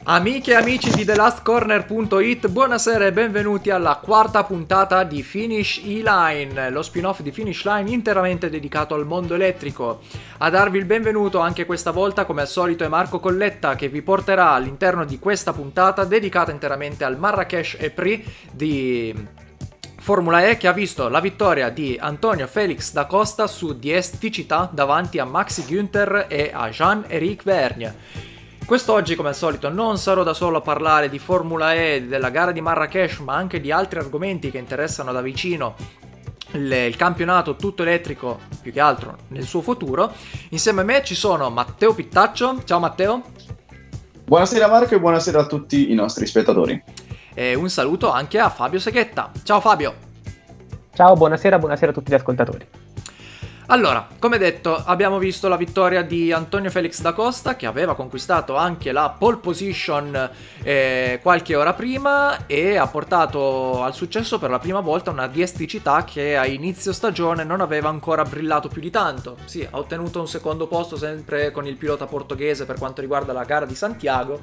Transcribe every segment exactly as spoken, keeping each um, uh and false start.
Amiche e amici di the last corner punto it, buonasera e benvenuti alla quarta puntata di Finish E-Line, lo spin-off di Finish Line interamente dedicato al mondo elettrico. A darvi il benvenuto anche questa volta, come al solito, è Marco Colletta, che vi porterà all'interno di questa puntata dedicata interamente al Marrakesh E-Prix di Formula E, che ha visto la vittoria di Antonio Felix da Costa su dieci Città davanti a Maxi Günther e a Jean-Éric Vergne. Quest'oggi, come al solito, non sarò da solo a parlare di Formula E, della gara di Marrakesh, ma anche di altri argomenti che interessano da vicino il, il campionato tutto elettrico, più che altro nel suo futuro. Insieme a me ci sono Matteo Pittaccio. Ciao Matteo. Buonasera Marco e buonasera a tutti i nostri spettatori. E un saluto anche a Fabio Seghetta. Ciao Fabio. Ciao, buonasera, buonasera a tutti gli ascoltatori. Allora, come detto, abbiamo visto la vittoria di Antonio Felix da Costa, che aveva conquistato anche la pole position eh, qualche ora prima e ha portato al successo per la prima volta una D S T Città che a inizio stagione non aveva ancora brillato più di tanto. Sì, ha ottenuto un secondo posto sempre con il pilota portoghese per quanto riguarda la gara di Santiago,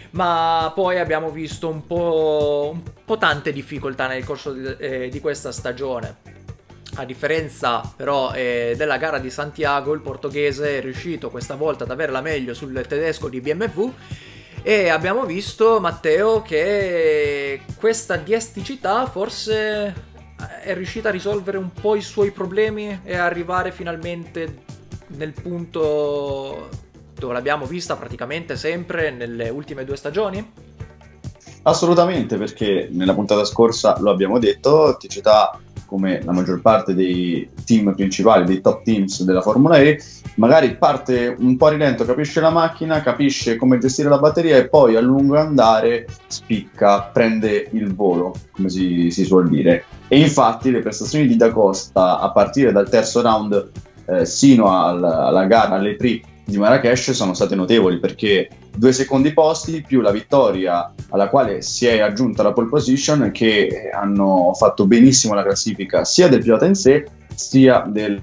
ma poi abbiamo visto un po', un po' tante difficoltà nel corso di, eh, di questa stagione. A differenza però eh, della gara di Santiago, il portoghese è riuscito questa volta ad avere la meglio sul tedesco di B M W e abbiamo visto, Matteo, che questa D S T Città forse è riuscita a risolvere un po' i suoi problemi e arrivare finalmente nel punto dove l'abbiamo vista praticamente sempre nelle ultime due stagioni? Assolutamente, perché nella puntata scorsa lo abbiamo detto, T Città, come la maggior parte dei team principali, dei top teams della Formula E, magari parte un po' a rilento, capisce la macchina, capisce come gestire la batteria e poi a lungo andare spicca, prende il volo, come si, si suol dire. E infatti le prestazioni di Da Costa a partire dal terzo round eh, sino al, alla gara, alle Prix di Marrakesh, sono state notevoli, perché due secondi posti più la vittoria alla quale si è aggiunta la pole position, che hanno fatto benissimo la classifica sia del pilota in sé sia della,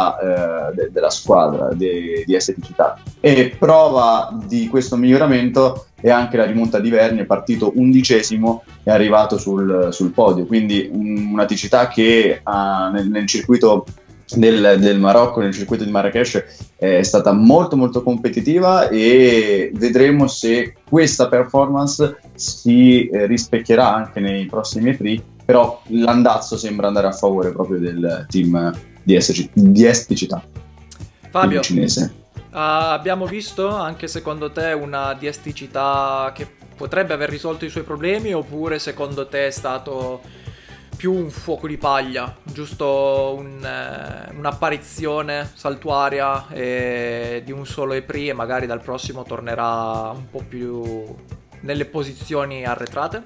eh, de, della squadra de, di S T Città. E prova di questo miglioramento è anche la rimonta di Vergne, partito undicesimo e arrivato sul, sul podio, quindi un, una Città che ha nel, nel circuito Del, del Marocco, nel circuito di Marrakesh, è stata molto molto competitiva e vedremo se questa performance si eh, rispecchierà anche nei prossimi Prix, però l'andazzo sembra andare a favore proprio del team di S T Città. Fabio, cinese. Uh, abbiamo visto anche secondo te una D S T Città che potrebbe aver risolto i suoi problemi, oppure secondo te è stato più un fuoco di paglia, giusto un, eh, un'apparizione saltuaria eh, di un solo E-Prix e magari dal prossimo tornerà un po' più nelle posizioni arretrate?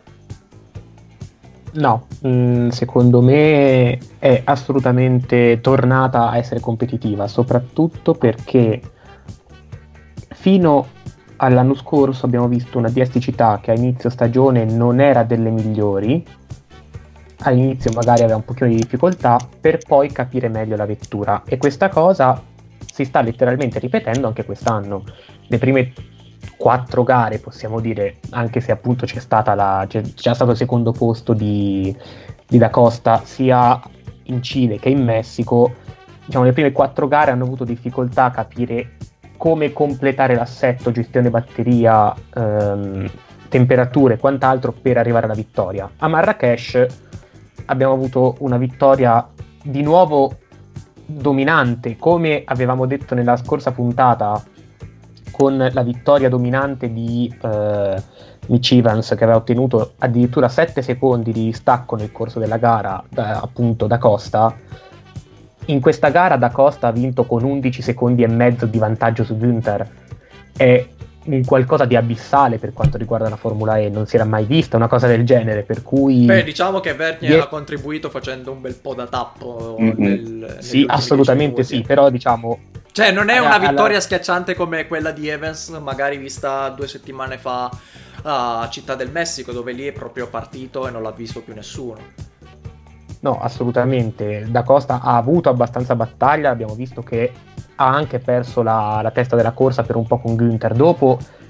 No, mh, secondo me è assolutamente tornata a essere competitiva, soprattutto perché fino all'anno scorso abbiamo visto una D S T Città che a inizio stagione non era delle migliori. All'inizio magari aveva un pochino di difficoltà per poi capire meglio la vettura, e questa cosa si sta letteralmente ripetendo anche quest'anno. Le prime quattro gare, possiamo dire, anche se appunto c'è stata la c'è, c'è stato il secondo posto di, di Da Costa sia in Cile che in Messico, diciamo le prime quattro gare hanno avuto difficoltà a capire come completare l'assetto, gestione batteria, ehm, temperature e quant'altro per arrivare alla vittoria. A Marrakesh abbiamo avuto una vittoria di nuovo dominante, come avevamo detto nella scorsa puntata, con la vittoria dominante di eh, Mitch Evans, che aveva ottenuto addirittura sette secondi di distacco nel corso della gara, da, appunto da Costa. In questa gara Da Costa ha vinto con undici secondi e mezzo di vantaggio su Günther. È un qualcosa di abissale per quanto riguarda la Formula E, non si era mai vista una cosa del genere, per cui beh, diciamo che Vergne Ye- ha contribuito facendo un bel po' da tappo mm-hmm. nel, sì, assolutamente sì, però diciamo, cioè non è una alla, vittoria alla... schiacciante come quella di Evans, magari vista due settimane fa a Città del Messico, dove lì è proprio partito e non l'ha visto più nessuno. No, assolutamente. Da Costa ha avuto abbastanza battaglia, abbiamo visto che ha anche perso la, la testa della corsa per un po' con Günther. Dopo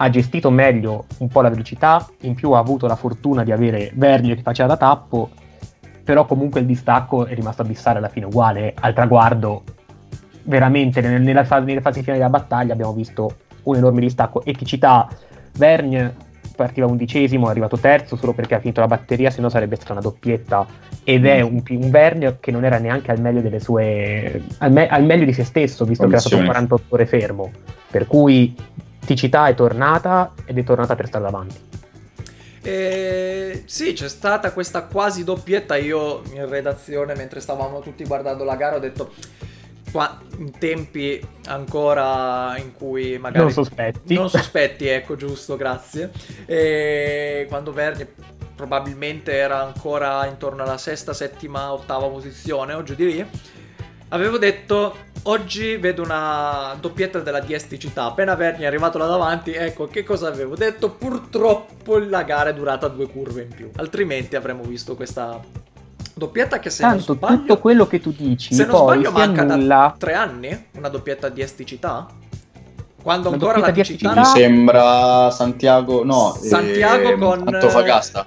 ha gestito meglio un po' la velocità, in più ha avuto la fortuna di avere Vergne che faceva da tappo, però comunque il distacco è rimasto abissale alla fine uguale al traguardo. Veramente nella fase, nelle fasi finali della battaglia abbiamo visto un enorme distacco. Eticità, Vergne partiva undicesimo, è arrivato terzo solo perché ha finito la batteria, se no sarebbe stata una doppietta, ed è un, un Vergne che non era neanche al meglio delle sue al, me, al meglio di se stesso, visto che era stato quarantotto ore fermo, per cui Ticità è tornata ed è tornata per stare davanti. Eh, sì, c'è stata questa quasi doppietta. Io in redazione, mentre stavamo tutti guardando la gara, ho detto qua in tempi ancora in cui magari non sospetti non sospetti ecco, giusto, grazie. E quando Vergne probabilmente era ancora intorno alla sesta, settima, ottava posizione o giù di lì, avevo detto oggi vedo una doppietta della D S Ticità. Appena Vergne è arrivato là davanti, ecco che cosa avevo detto: purtroppo la gara è durata due curve in più, altrimenti avremmo visto questa doppietta che, se tanto non sbaglio, tutto quello che tu dici, se non poi sbaglio manca annulla... da tre anni una doppietta di Esticità, quando una ancora la Ticità mi sembra Santiago no Santiago eh, con Antofagasta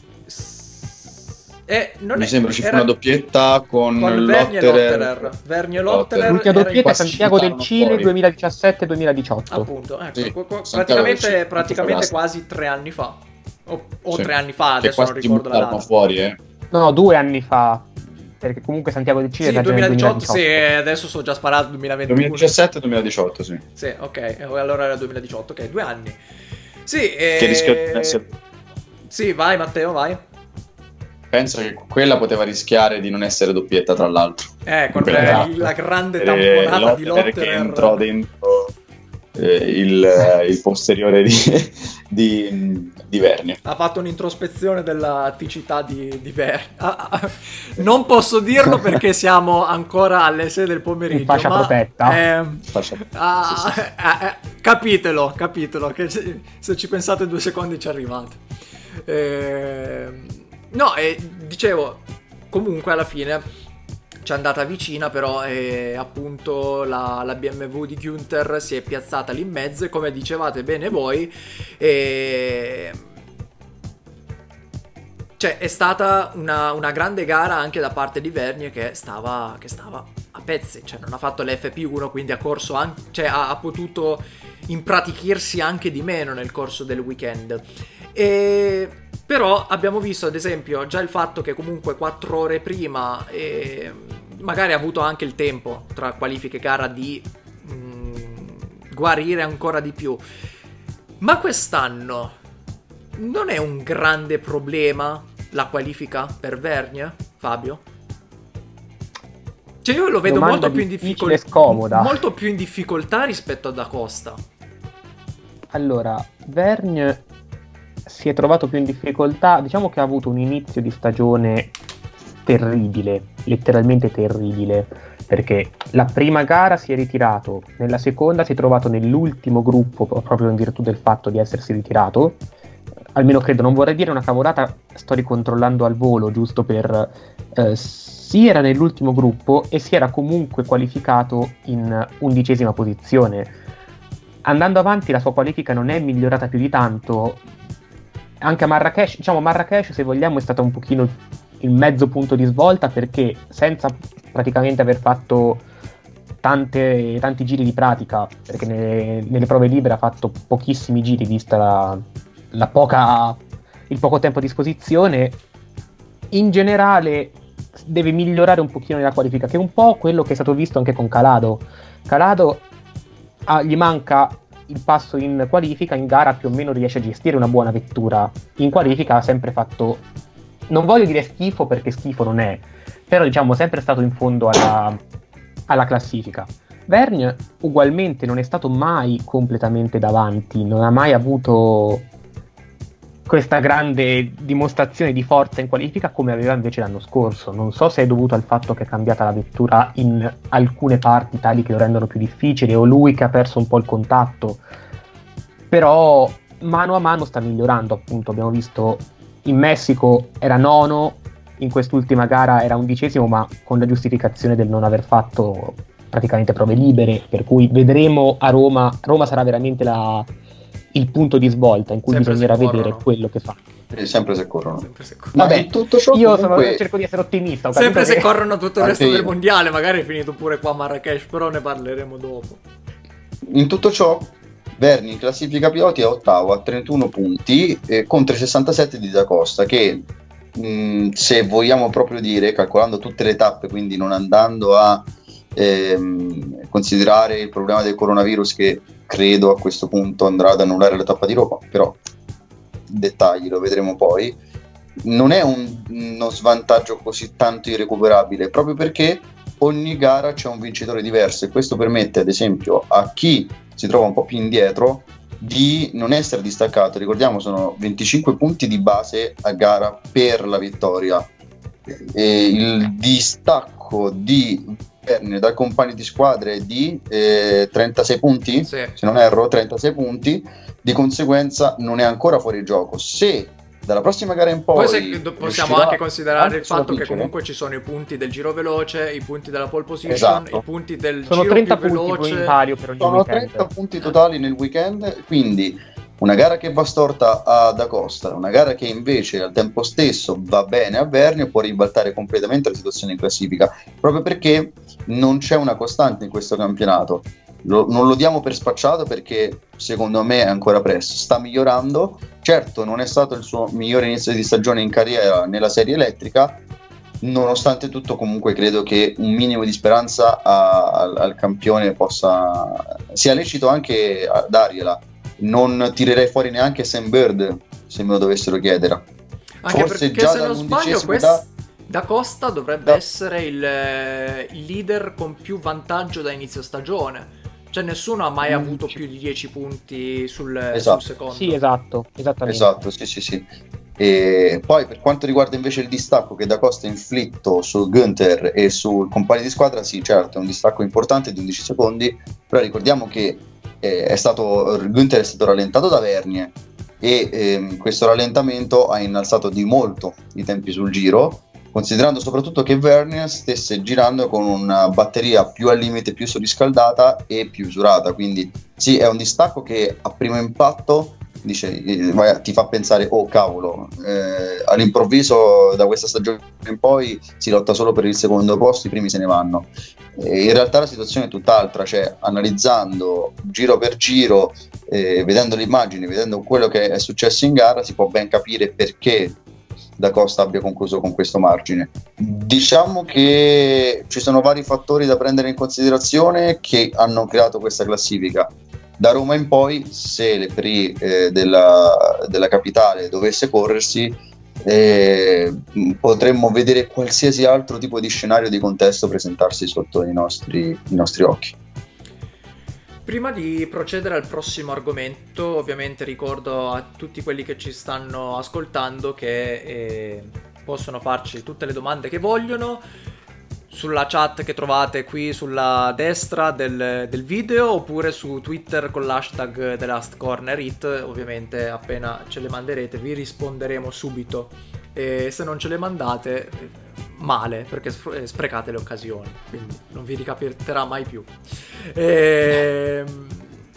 eh, non mi è, sembra ci fu era... una doppietta con, con Vergne e Lotterer Vergne e Lotterer, l'ultima doppietta in... Santiago del Cile duemiladiciassette duemiladiciotto, appunto, ecco, sì, qu- qu- praticamente, Cile, praticamente quasi tre anni fa o, o sì, tre anni fa, adesso non ricordo la data. Fuori, eh. no, due anni fa, perché comunque Santiago del Cile sì, è duemiladiciotto, sì, adesso sono già sparato duemilaventuno duemiladiciassette duemiladiciotto, sì. Sì, ok, allora era duemiladiciotto, ok, due anni. Sì, e... che rischia di essere... Sì, vai Matteo, vai. Penso che quella poteva rischiare di non essere doppietta, tra l'altro. Eh, con la, la grande tamponata eh, di Lotterer che entrò dentro eh, il, il posteriore di, di, di Vergne. Ha fatto un'introspezione della ticità di, di Vergne. Ah, ah, non posso dirlo perché siamo ancora alle sei del pomeriggio. In fascia ma, protetta. Eh, fascia... ah, sì, sì. Eh, eh, capitelo, capitelo, che se, se ci pensate due secondi ci arrivate. Eh... No, e dicevo, comunque alla fine ci è andata vicina, però eh, appunto la, la B M W di Günther si è piazzata lì in mezzo e, come dicevate bene voi, eh, cioè è stata una, una grande gara anche da parte di Vergne, che stava, che stava a pezzi, cioè non ha fatto l'F P uno, quindi ha corso anche, cioè ha, ha potuto impratichirsi anche di meno nel corso del weekend. E però abbiamo visto ad esempio già il fatto che comunque quattro ore prima eh, magari ha avuto anche il tempo tra qualifiche e gara di mh, guarire ancora di più. Ma quest'anno non è un grande problema la qualifica per Vergne, Fabio? Cioè io lo vedo molto più in difficoltà, scomoda. molto più in difficoltà rispetto ad Acosta. Allora, Vergne si è trovato più in difficoltà, diciamo che ha avuto un inizio di stagione terribile, letteralmente terribile, perché la prima gara si è ritirato, nella seconda si è trovato nell'ultimo gruppo proprio in virtù del fatto di essersi ritirato, almeno credo, non vorrei dire una cavolata, sto ricontrollando al volo giusto per... Eh, si era nell'ultimo gruppo e si era comunque qualificato in undicesima posizione. Andando avanti la sua qualifica non è migliorata più di tanto. Anche a Marrakesh, diciamo Marrakesh se vogliamo è stata un pochino il mezzo punto di svolta, perché senza praticamente aver fatto tante, tanti giri di pratica, perché nelle, nelle prove libere ha fatto pochissimi giri vista la, la poca, il poco tempo a disposizione, in generale deve migliorare un pochino nella qualifica, che è un po' quello che è stato visto anche con Calado. Calado ah, gli manca il passo in qualifica, in gara più o meno riesce a gestire una buona vettura, in qualifica ha sempre fatto, non voglio dire schifo perché schifo non è, però diciamo sempre stato in fondo alla, alla classifica. Vergne ugualmente non è stato mai completamente davanti, non ha mai avuto questa grande dimostrazione di forza in qualifica come aveva invece l'anno scorso. Non so se è dovuto al fatto che è cambiata la vettura in alcune parti tali che lo rendono più difficile, o lui che ha perso un po' il contatto, però mano a mano sta migliorando. Appunto abbiamo visto in Messico era nono, in quest'ultima gara era undicesimo, ma con la giustificazione del non aver fatto praticamente prove libere, per cui vedremo a Roma. Roma sarà veramente la il punto di svolta in cui Sempre bisognerà se vedere corrono. quello che fa. Eh, sempre se corrono. Sempre se corrono. Vabbè, in tutto ciò io comunque... sono, cerco di essere ottimista. ho capito Sempre se che- corrono tutto il Anche resto del io. mondiale, magari è finito pure qua a Marrakesh, però ne parleremo dopo. In tutto ciò, Verni in classifica piloti è ottavo a trentuno punti eh, contro i sessantasette di Da Costa, che mh, se vogliamo proprio dire, calcolando tutte le tappe, quindi non andando a ehm, considerare il problema del coronavirus, che credo a questo punto andrà ad annullare la tappa di Roma, però dettagli lo vedremo poi, non è un, uno svantaggio così tanto irrecuperabile, proprio perché ogni gara c'è un vincitore diverso, e questo permette ad esempio a chi si trova un po' più indietro di non essere distaccato. Ricordiamo, sono venticinque punti di base a gara per la vittoria, e il distacco di Vergne dal compagno di squadra è di eh, trentasei punti, Sì. se non erro trentasei punti, di conseguenza non è ancora fuori gioco. Se dalla prossima gara in poi, Poi se, do- possiamo anche considerare anche il fatto che vincere. comunque ci sono i punti del giro veloce, i punti della pole position, Esatto. i punti del Sono giro trenta più punti veloce. in pari per ogni sono weekend. trenta punti totali nel weekend, quindi una gara che va storta a Da Costa, una gara che invece al tempo stesso va bene a Vergne, può ribaltare completamente la situazione in classifica, proprio perché non c'è una costante in questo campionato. Lo, non lo diamo per spacciato, perché secondo me è ancora presto, sta migliorando. Certo, non è stato il suo migliore inizio di stagione in carriera nella serie elettrica, nonostante tutto comunque credo che un minimo di speranza a, al, al campione possa sia lecito anche a dargliela. Non tirerei fuori neanche Sam Bird se me lo dovessero chiedere. Anche Forse perché già se non sbaglio dall'undicesima quest- età- Da Costa dovrebbe Da- essere il, eh, il leader con più vantaggio da inizio stagione. Cioè nessuno ha mai Mm, avuto sì. più di dieci punti sul, Esatto. sul secondo. Sì, esatto, esattamente. Esatto, sì, sì, sì. E poi per quanto riguarda invece il distacco che Da Costa ha inflitto su Günther e sul compagno di squadra, sì, certo, è un distacco importante di undici secondi, però ricordiamo che eh, è stato Günther è stato rallentato da Vergne, e ehm, questo rallentamento ha innalzato di molto i tempi sul giro, considerando soprattutto che Vergne stesse girando con una batteria più al limite, più surriscaldata e più usurata. Quindi sì, è un distacco che a primo impatto dice, eh, vai- ti fa pensare, oh cavolo, eh, all'improvviso da questa stagione in poi si lotta solo per il secondo posto, i primi se ne vanno. E in realtà la situazione è tutt'altra, cioè analizzando giro per giro, eh, vedendo le immagini, vedendo quello che è successo in gara, si può ben capire perché Da Costa abbia concluso con questo margine. Diciamo che ci sono vari fattori da prendere in considerazione che hanno creato questa classifica. Da Roma in poi, se le Prix eh, della, della capitale dovesse corrersi, eh, potremmo vedere qualsiasi altro tipo di scenario di contesto presentarsi sotto i nostri, i nostri occhi. Prima di procedere al prossimo argomento, ovviamente ricordo a tutti quelli che ci stanno ascoltando che eh, possono farci tutte le domande che vogliono sulla chat che trovate qui sulla destra del, del video, oppure su Twitter con l'hashtag The Last Corner It. Ovviamente appena ce le manderete vi risponderemo subito, e se non ce le mandate male, perché sp- sprecate le occasioni, quindi non vi ricapiterà mai più. Ehm,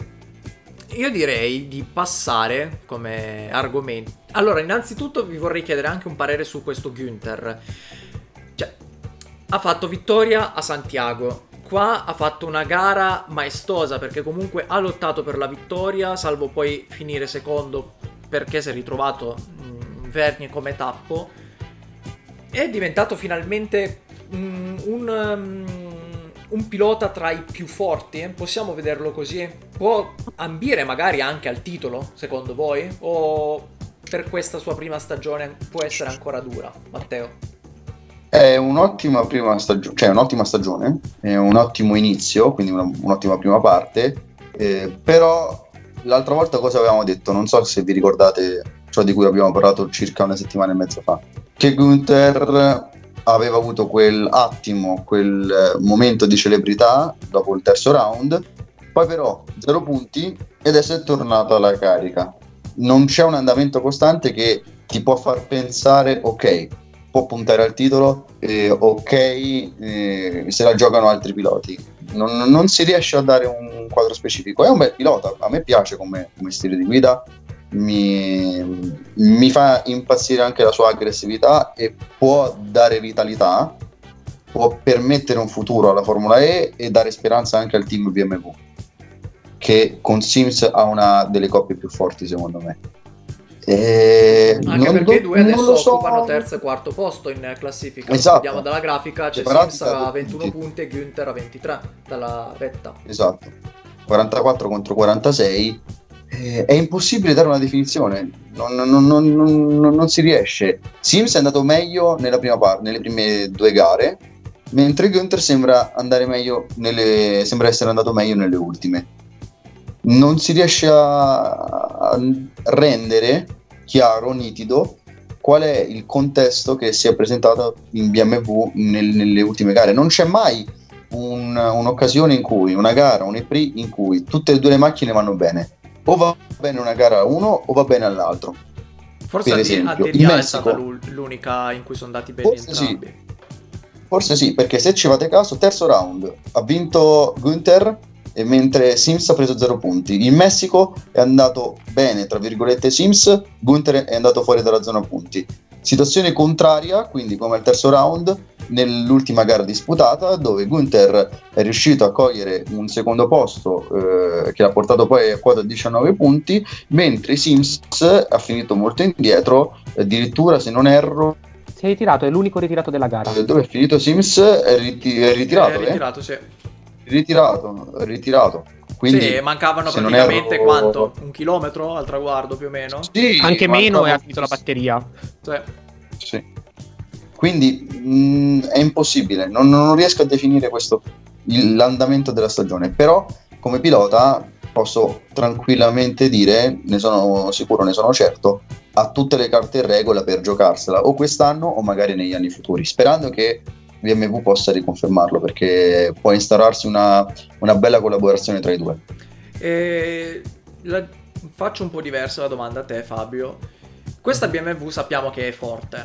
io direi di passare come argomenti. Allora, innanzitutto vi vorrei chiedere anche un parere su questo Günther. Cioè, ha fatto vittoria a Santiago. Qua ha fatto una gara maestosa, perché comunque ha lottato per la vittoria, salvo poi finire secondo perché si è ritrovato mh, Vergne come tappo. È diventato finalmente mh, un, um, un pilota tra i più forti, eh? Possiamo vederlo così? Può ambire magari anche al titolo, secondo voi? O per questa sua prima stagione può essere ancora dura, Matteo? È un'ottima prima stagione, cioè un'ottima stagione, è un ottimo inizio, quindi una, un'ottima prima parte, eh, però l'altra volta cosa avevamo detto? Non so se vi ricordate ciò di cui abbiamo parlato circa una settimana e mezza fa, che Günther aveva avuto quel attimo, quel momento di celebrità dopo il terzo round, poi però zero punti ed è tornato alla carica. Non c'è un andamento costante che ti può far pensare, ok, può puntare al titolo, eh, ok, eh, se la giocano altri piloti. non, non si riesce a dare un quadro specifico. È un bel pilota, a me piace come, come stile di guida, mi, mi fa impazzire anche la sua aggressività e può dare vitalità, può permettere un futuro alla Formula E e dare speranza anche al team B M W, che con Sims ha una delle coppie più forti secondo me. E anche perché i due adesso so. occupano terzo e quarto posto in classifica. Esatto. Vediamo dalla grafica, c'è Separati Sims a da ventuno punti. punti e Günther a ventitré dalla vetta. Esatto, quarantaquattro contro quarantasei. Eh, è impossibile dare una definizione, non, non, non, non, non si riesce. Sims è andato meglio nella prima parte, nelle prime due gare, mentre Günther sembra andare meglio nelle, sembra essere andato meglio nelle ultime. Non si riesce a, a rendere chiaro, nitido, qual è il contesto che si è presentato in B M W nel, nelle ultime gare. Non c'è mai un, un'occasione in cui, una gara, un E P R I in cui tutte e due le macchine vanno bene. O va bene una gara a uno o va bene all'altro. Forse per a esempio, in Diriyah è Messico, stata l'unica in cui sono andati bene forse entrambi. sì. Forse sì, perché se ci fate caso, terzo round ha vinto Günther, e mentre Sims ha preso zero punti. In Messico è andato bene, tra virgolette, Sims, Günther è andato fuori dalla zona punti. Situazione contraria, quindi come al terzo round, nell'ultima gara disputata, dove Günther è riuscito a cogliere un secondo posto eh, che l'ha portato poi a quota diciannove punti, mentre Sims ha finito molto indietro, addirittura se non erro si è ritirato, è l'unico ritirato della gara. dove è finito Sims? È, riti- è ritirato, È ritirato, eh? sì. ritirato, ritirato. Quindi, sì, mancavano se non praticamente erro- quanto? Un chilometro al traguardo più o meno? Sì, Anche meno, e mancava- ha finito la batteria. Sì. Sì. Quindi mh, è impossibile, non, non riesco a definire questo il- l'andamento della stagione, però come pilota posso tranquillamente dire, ne sono sicuro, ne sono certo, ha tutte le carte in regola per giocarsela o quest'anno o magari negli anni futuri, sperando che B M W possa riconfermarlo, perché può instaurarsi una, una bella collaborazione tra i due. E la- faccio un po' diversa la domanda a te, Fabio. Questa B M W sappiamo che è forte,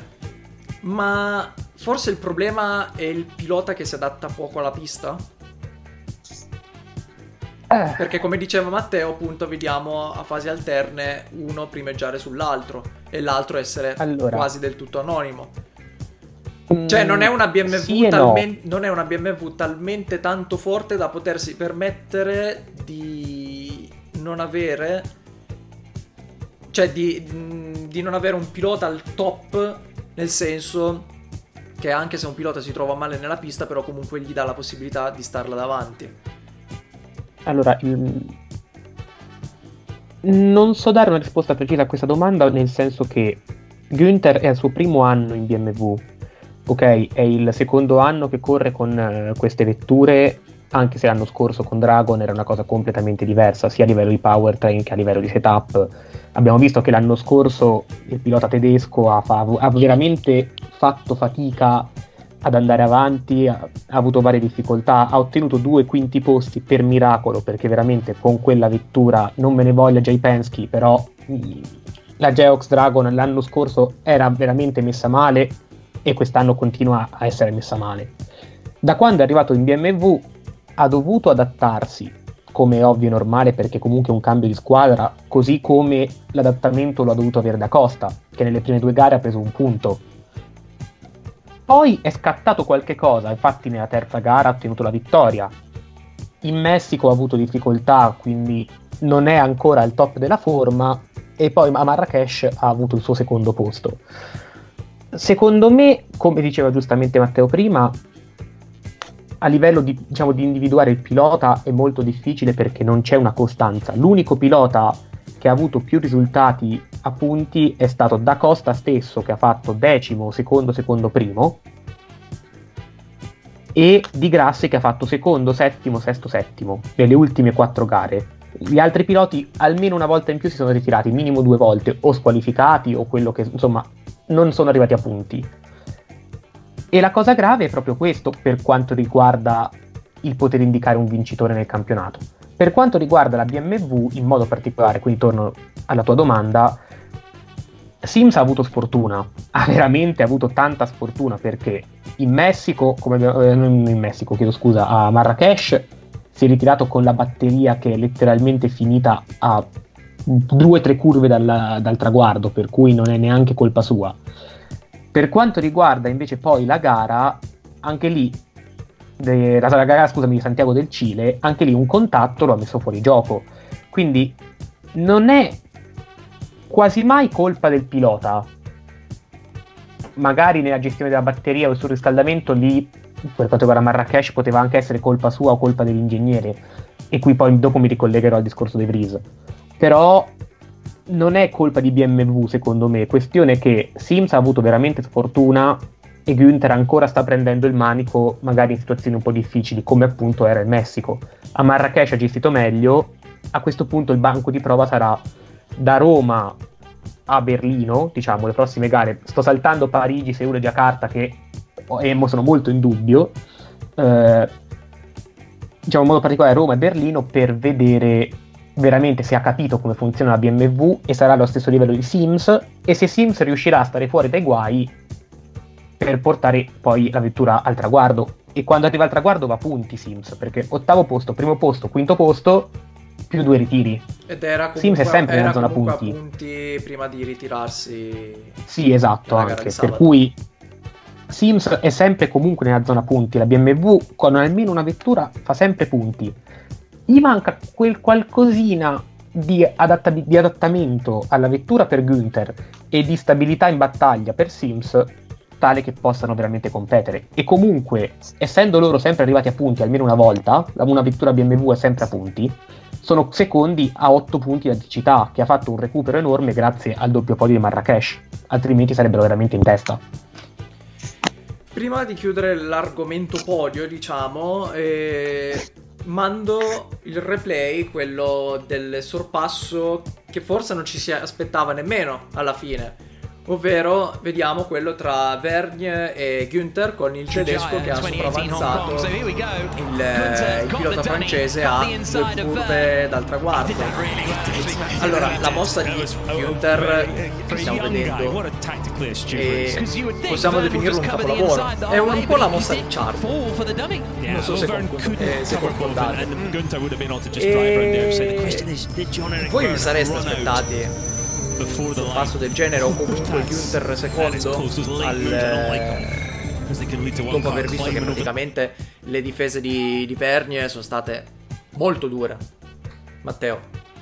ma forse il problema è il pilota che si adatta poco alla pista? Eh, Perché come diceva Matteo, appunto, vediamo a fasi alterne uno primeggiare sull'altro e l'altro essere Allora. quasi del tutto anonimo. mm, Cioè non è una B M W sì e no. talmen- non è una B M W talmente tanto forte da potersi permettere di non avere, cioè di, di non avere un pilota al top, nel senso che anche se un pilota si trova male nella pista, però comunque gli dà la possibilità di starla davanti. Allora, mm, non so dare una risposta precisa a questa domanda, nel senso che Günther è al suo primo anno in B M W, ok? È il secondo anno che corre con eh, queste vetture, anche se l'anno scorso con Dragon era una cosa completamente diversa, sia a livello di powertrain che a livello di setup. Abbiamo visto che l'anno scorso il pilota tedesco ha, fa- ha veramente fatto fatica ad andare avanti, ha, ha avuto varie difficoltà, ha ottenuto due quinti posti per miracolo, perché veramente con quella vettura, non me ne voglia Jay Penske, però mh, la Geox Dragon l'anno scorso era veramente messa male e quest'anno continua a essere messa male. Da quando è arrivato in B M W ha dovuto adattarsi, come è ovvio e normale, perché comunque è un cambio di squadra, così come l'adattamento lo ha dovuto avere da Costa, che nelle prime due gare ha preso un punto. Poi è scattato qualche cosa, infatti nella terza gara ha ottenuto la vittoria. In Messico ha avuto difficoltà, quindi non è ancora al top della forma, e poi a Marrakesh ha avuto il suo secondo posto. Secondo me, come diceva giustamente Matteo prima, a livello di, diciamo, di individuare il pilota è molto difficile perché non c'è una costanza. L'unico pilota che ha avuto più risultati a punti è stato Da Costa stesso, che ha fatto decimo, secondo, secondo, primo, e Di Grassi che ha fatto secondo, settimo, sesto, settimo nelle ultime quattro gare. Gli altri piloti almeno una volta in più si sono ritirati, minimo due volte, o squalificati o quello che, insomma, non sono arrivati a punti. E la cosa grave è proprio questo per quanto riguarda il poter indicare un vincitore nel campionato. Per quanto riguarda la B M W in modo particolare, quindi torno alla tua domanda, Sims ha avuto sfortuna, ha veramente avuto tanta sfortuna, perché in Messico, come eh, non in Messico, chiedo scusa, a Marrakesh si è ritirato con la batteria che è letteralmente finita a due o tre curve dal, dal traguardo, per cui non è neanche colpa sua. Per quanto riguarda invece poi la gara, anche lì de, la, la gara scusami di Santiago del Cile, anche lì un contatto lo ha messo fuori gioco, quindi non è quasi mai colpa del pilota. Magari nella gestione della batteria o il surriscaldamento lì, per quanto riguarda Marrakesh, poteva anche essere colpa sua o colpa dell'ingegnere, e qui poi dopo mi ricollegherò al discorso dei Vries. Però non è colpa di B M W secondo me, questione che Sims ha avuto veramente sfortuna e Günther ancora sta prendendo il manico, magari in situazioni un po' difficili come appunto era il Messico. A Marrakesh ha gestito meglio, a questo punto il banco di prova sarà da Roma a Berlino, diciamo le prossime gare. Sto saltando Parigi, Seul e Giacarta che sono molto in dubbio, eh, diciamo in modo particolare Roma e Berlino, per vedere veramente se ha capito come funziona la B M W e sarà allo stesso livello di Sims, e se Sims riuscirà a stare fuori dai guai per portare poi la vettura al traguardo. E quando arriva al traguardo va a punti Sims, perché ottavo posto, primo posto, quinto posto più due ritiri. Ed era comunque, Sims è sempre era nella zona punti. punti. punti prima di ritirarsi. Sì, esatto, anche per cui Sims è sempre comunque nella zona punti. La B M W con almeno una vettura fa sempre punti. Gli manca quel qualcosina di, adatta- di adattamento alla vettura per Günther e di stabilità in battaglia per Sims, tale che possano veramente competere. E comunque, essendo loro sempre arrivati a punti almeno una volta, una vettura B M W è sempre a punti, sono secondi a otto punti di adicità, che ha fatto un recupero enorme grazie al doppio podio di Marrakesh, altrimenti sarebbero veramente in testa. Prima di chiudere l'argomento podio, diciamo, eh, mando il replay, quello del sorpasso che forse non ci si aspettava nemmeno alla fine. Ovvero, vediamo quello tra Vergne e Günther con il tedesco che ha sopravanzato il, il pilota francese a due curve dal traguardo. Allora, la mossa di Günther che stiamo vedendo e possiamo definirlo un capolavoro. È un po' la mossa di Charlie. Non so se, concor- eh, se concordate. E voi vi sareste aspettati un passo del genere, o comunque Günther secondo al, dopo aver visto che praticamente le difese di, di Vergne sono state molto dure? Matteo?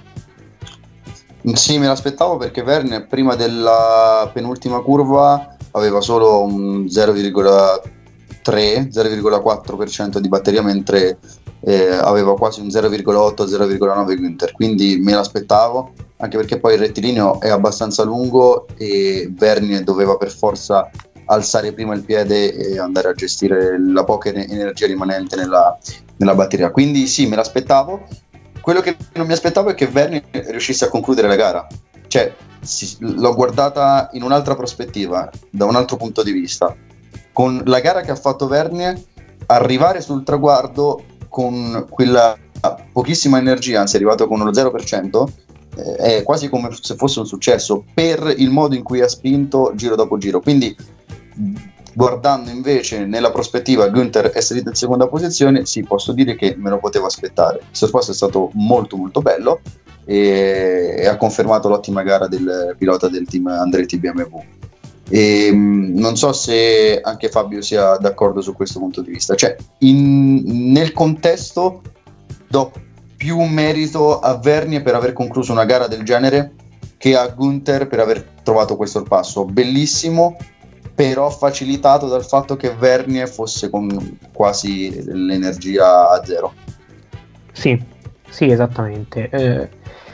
Sì, me l'aspettavo, perché Vergne prima della penultima curva aveva solo un zero virgola tre zero virgola quattro per cento di batteria, mentre eh, aveva quasi un zero virgola otto zero virgola nove Günther, quindi me l'aspettavo, anche perché poi il rettilineo è abbastanza lungo e Vergne doveva per forza alzare prima il piede e andare a gestire la poca energia rimanente nella, nella batteria. Quindi sì, me l'aspettavo. Quello che non mi aspettavo è che Vergne riuscisse a concludere la gara. Cioè, sì, l'ho guardata in un'altra prospettiva, da un altro punto di vista. Con la gara che ha fatto Vergne, arrivare sul traguardo con quella pochissima energia, anzi è arrivato con uno zero per cento, eh, è quasi come se fosse un successo per il modo in cui ha spinto giro dopo giro. Quindi, guardando invece nella prospettiva Günther è salito in seconda posizione, sì, posso dire che me lo potevo aspettare. Il sorpasso è stato molto molto bello e, e ha confermato l'ottima gara del pilota del team Andretti B M W. E, non so se anche Fabio sia d'accordo su questo punto di vista. Cioè, in, nel contesto do più merito a Vergne per aver concluso una gara del genere che a Günther per aver trovato quel sorpasso bellissimo, però facilitato dal fatto che Vergne fosse con quasi l'energia a zero. Sì, sì, esattamente. Eh,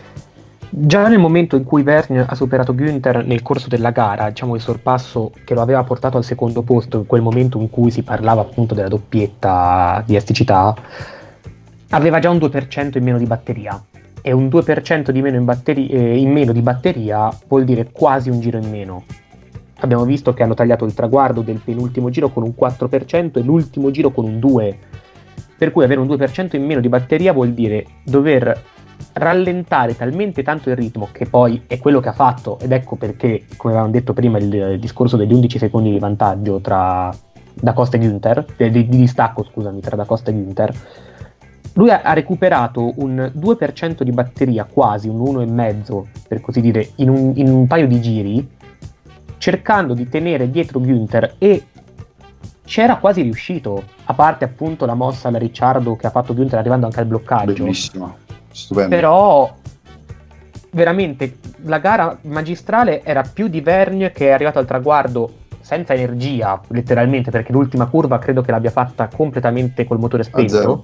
già nel momento in cui Vergne ha superato Günther nel corso della gara, diciamo il sorpasso che lo aveva portato al secondo posto, in quel momento in cui si parlava appunto della doppietta di asticità, aveva già un due per cento in meno di batteria, e un due per cento di meno in, batteri- eh, in meno di batteria vuol dire quasi un giro in meno. Abbiamo visto che hanno tagliato il traguardo del penultimo giro con un quattro per cento e l'ultimo giro con un due per cento, per cui avere un due per cento in meno di batteria vuol dire dover rallentare talmente tanto il ritmo, che poi è quello che ha fatto, ed ecco perché, come avevamo detto prima, il, il discorso degli undici secondi di vantaggio tra Da Costa e Günther, di, di distacco scusami, tra Da Costa e Günther, lui ha, ha recuperato un due per cento di batteria, quasi un uno virgola cinque per così dire, in un, in un paio di giri, cercando di tenere dietro Günther, e c'era quasi riuscito, a parte appunto la mossa alla Ricciardo che ha fatto Günther arrivando anche al bloccaggio. Bellissimo, stupendo. Però veramente la gara magistrale era più di Vergne, che è arrivato al traguardo senza energia, letteralmente, perché l'ultima curva credo che l'abbia fatta completamente col motore spento.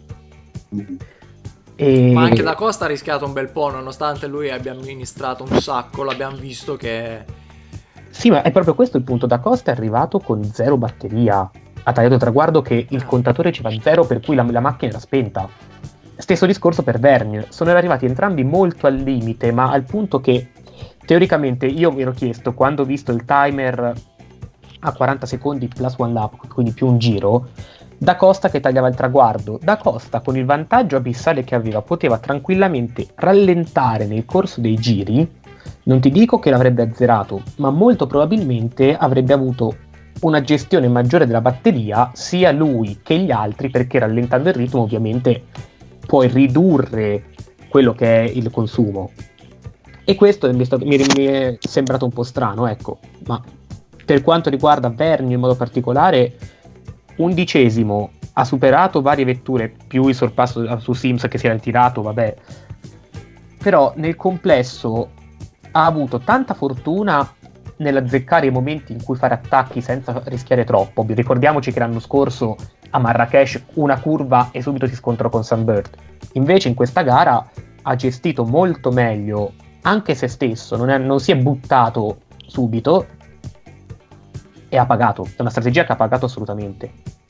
E... ma anche Da Costa ha rischiato un bel po', nonostante lui abbia amministrato un sacco, l'abbiamo visto che... Sì, ma è proprio questo il punto. Da Costa è arrivato con zero batteria, ha tagliato il traguardo che il contatore ci va zero, per cui la, la macchina era spenta. Stesso discorso per Vergne, sono arrivati entrambi molto al limite, ma al punto che teoricamente io mi ero chiesto, quando ho visto il timer a quaranta secondi plus one lap, quindi più un giro, Da Costa che tagliava il traguardo, Da Costa con il vantaggio abissale che aveva poteva tranquillamente rallentare nel corso dei giri. Non ti dico che l'avrebbe azzerato, ma molto probabilmente avrebbe avuto una gestione maggiore della batteria, sia lui che gli altri, perché rallentando il ritmo ovviamente puoi ridurre quello che è il consumo. E questo mi è, stato, mi, mi è sembrato un po' strano, ecco. Ma per quanto riguarda Vergne in modo particolare, undicesimo, ha superato varie vetture, più il sorpasso su Sims che si era ritirato, vabbè. Però nel complesso ha avuto tanta fortuna nell'azzeccare i momenti in cui fare attacchi senza rischiare troppo. Ricordiamoci che l'anno scorso a Marrakesh una curva e subito si scontrò con Sunbird. Invece in questa gara ha gestito molto meglio anche se stesso, non, è, non si è buttato subito e ha pagato. È una strategia che ha pagato assolutamente.